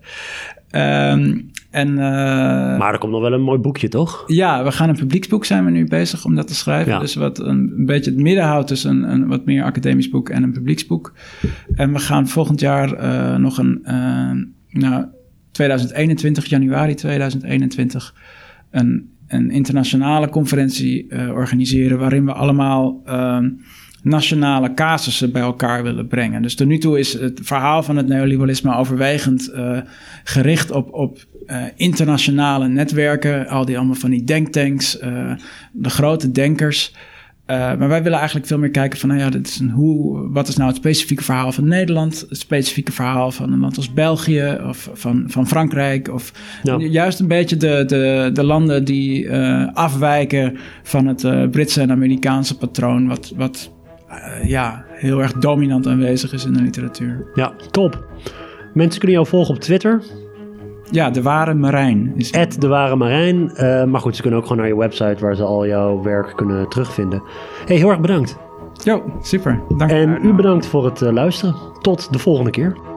Speaker 1: Um, En, uh,
Speaker 2: maar er komt nog wel een mooi boekje, toch?
Speaker 1: Ja, we gaan een publieksboek, zijn we nu bezig om dat te schrijven. Ja. Dus wat een, een beetje het midden houdt tussen een, een wat meer academisch boek en een publieksboek. En we gaan volgend jaar uh, nog een, uh, nou, tweeduizend eenentwintig, januari tweeduizend eenentwintig, een, een internationale conferentie uh, organiseren waarin we allemaal Uh, nationale casussen bij elkaar willen brengen. Dus tot nu toe is het verhaal van het neoliberalisme overwegend uh, gericht op, op uh, internationale netwerken, al die allemaal van die denktanks, uh, de grote denkers. Uh, maar wij willen eigenlijk veel meer kijken van, nou ja, dit is een hoe, wat is nou het specifieke verhaal van Nederland, het specifieke verhaal van een land als België of van, van Frankrijk, of ja. juist een beetje de, de, de landen die uh, afwijken van het uh, Britse en Amerikaanse patroon, wat, wat Uh, ja, heel erg dominant aanwezig is in de literatuur.
Speaker 2: Ja, top. Mensen kunnen jou volgen op Twitter.
Speaker 1: Ja, De Ware Marijn.
Speaker 2: At De Ware Marijn. Uh, maar goed, ze kunnen ook gewoon naar je website waar ze al jouw werk kunnen terugvinden. Hey, heel erg bedankt.
Speaker 1: Jo, super. Dank je.
Speaker 2: En u bedankt voor het uh, luisteren. Tot de volgende keer.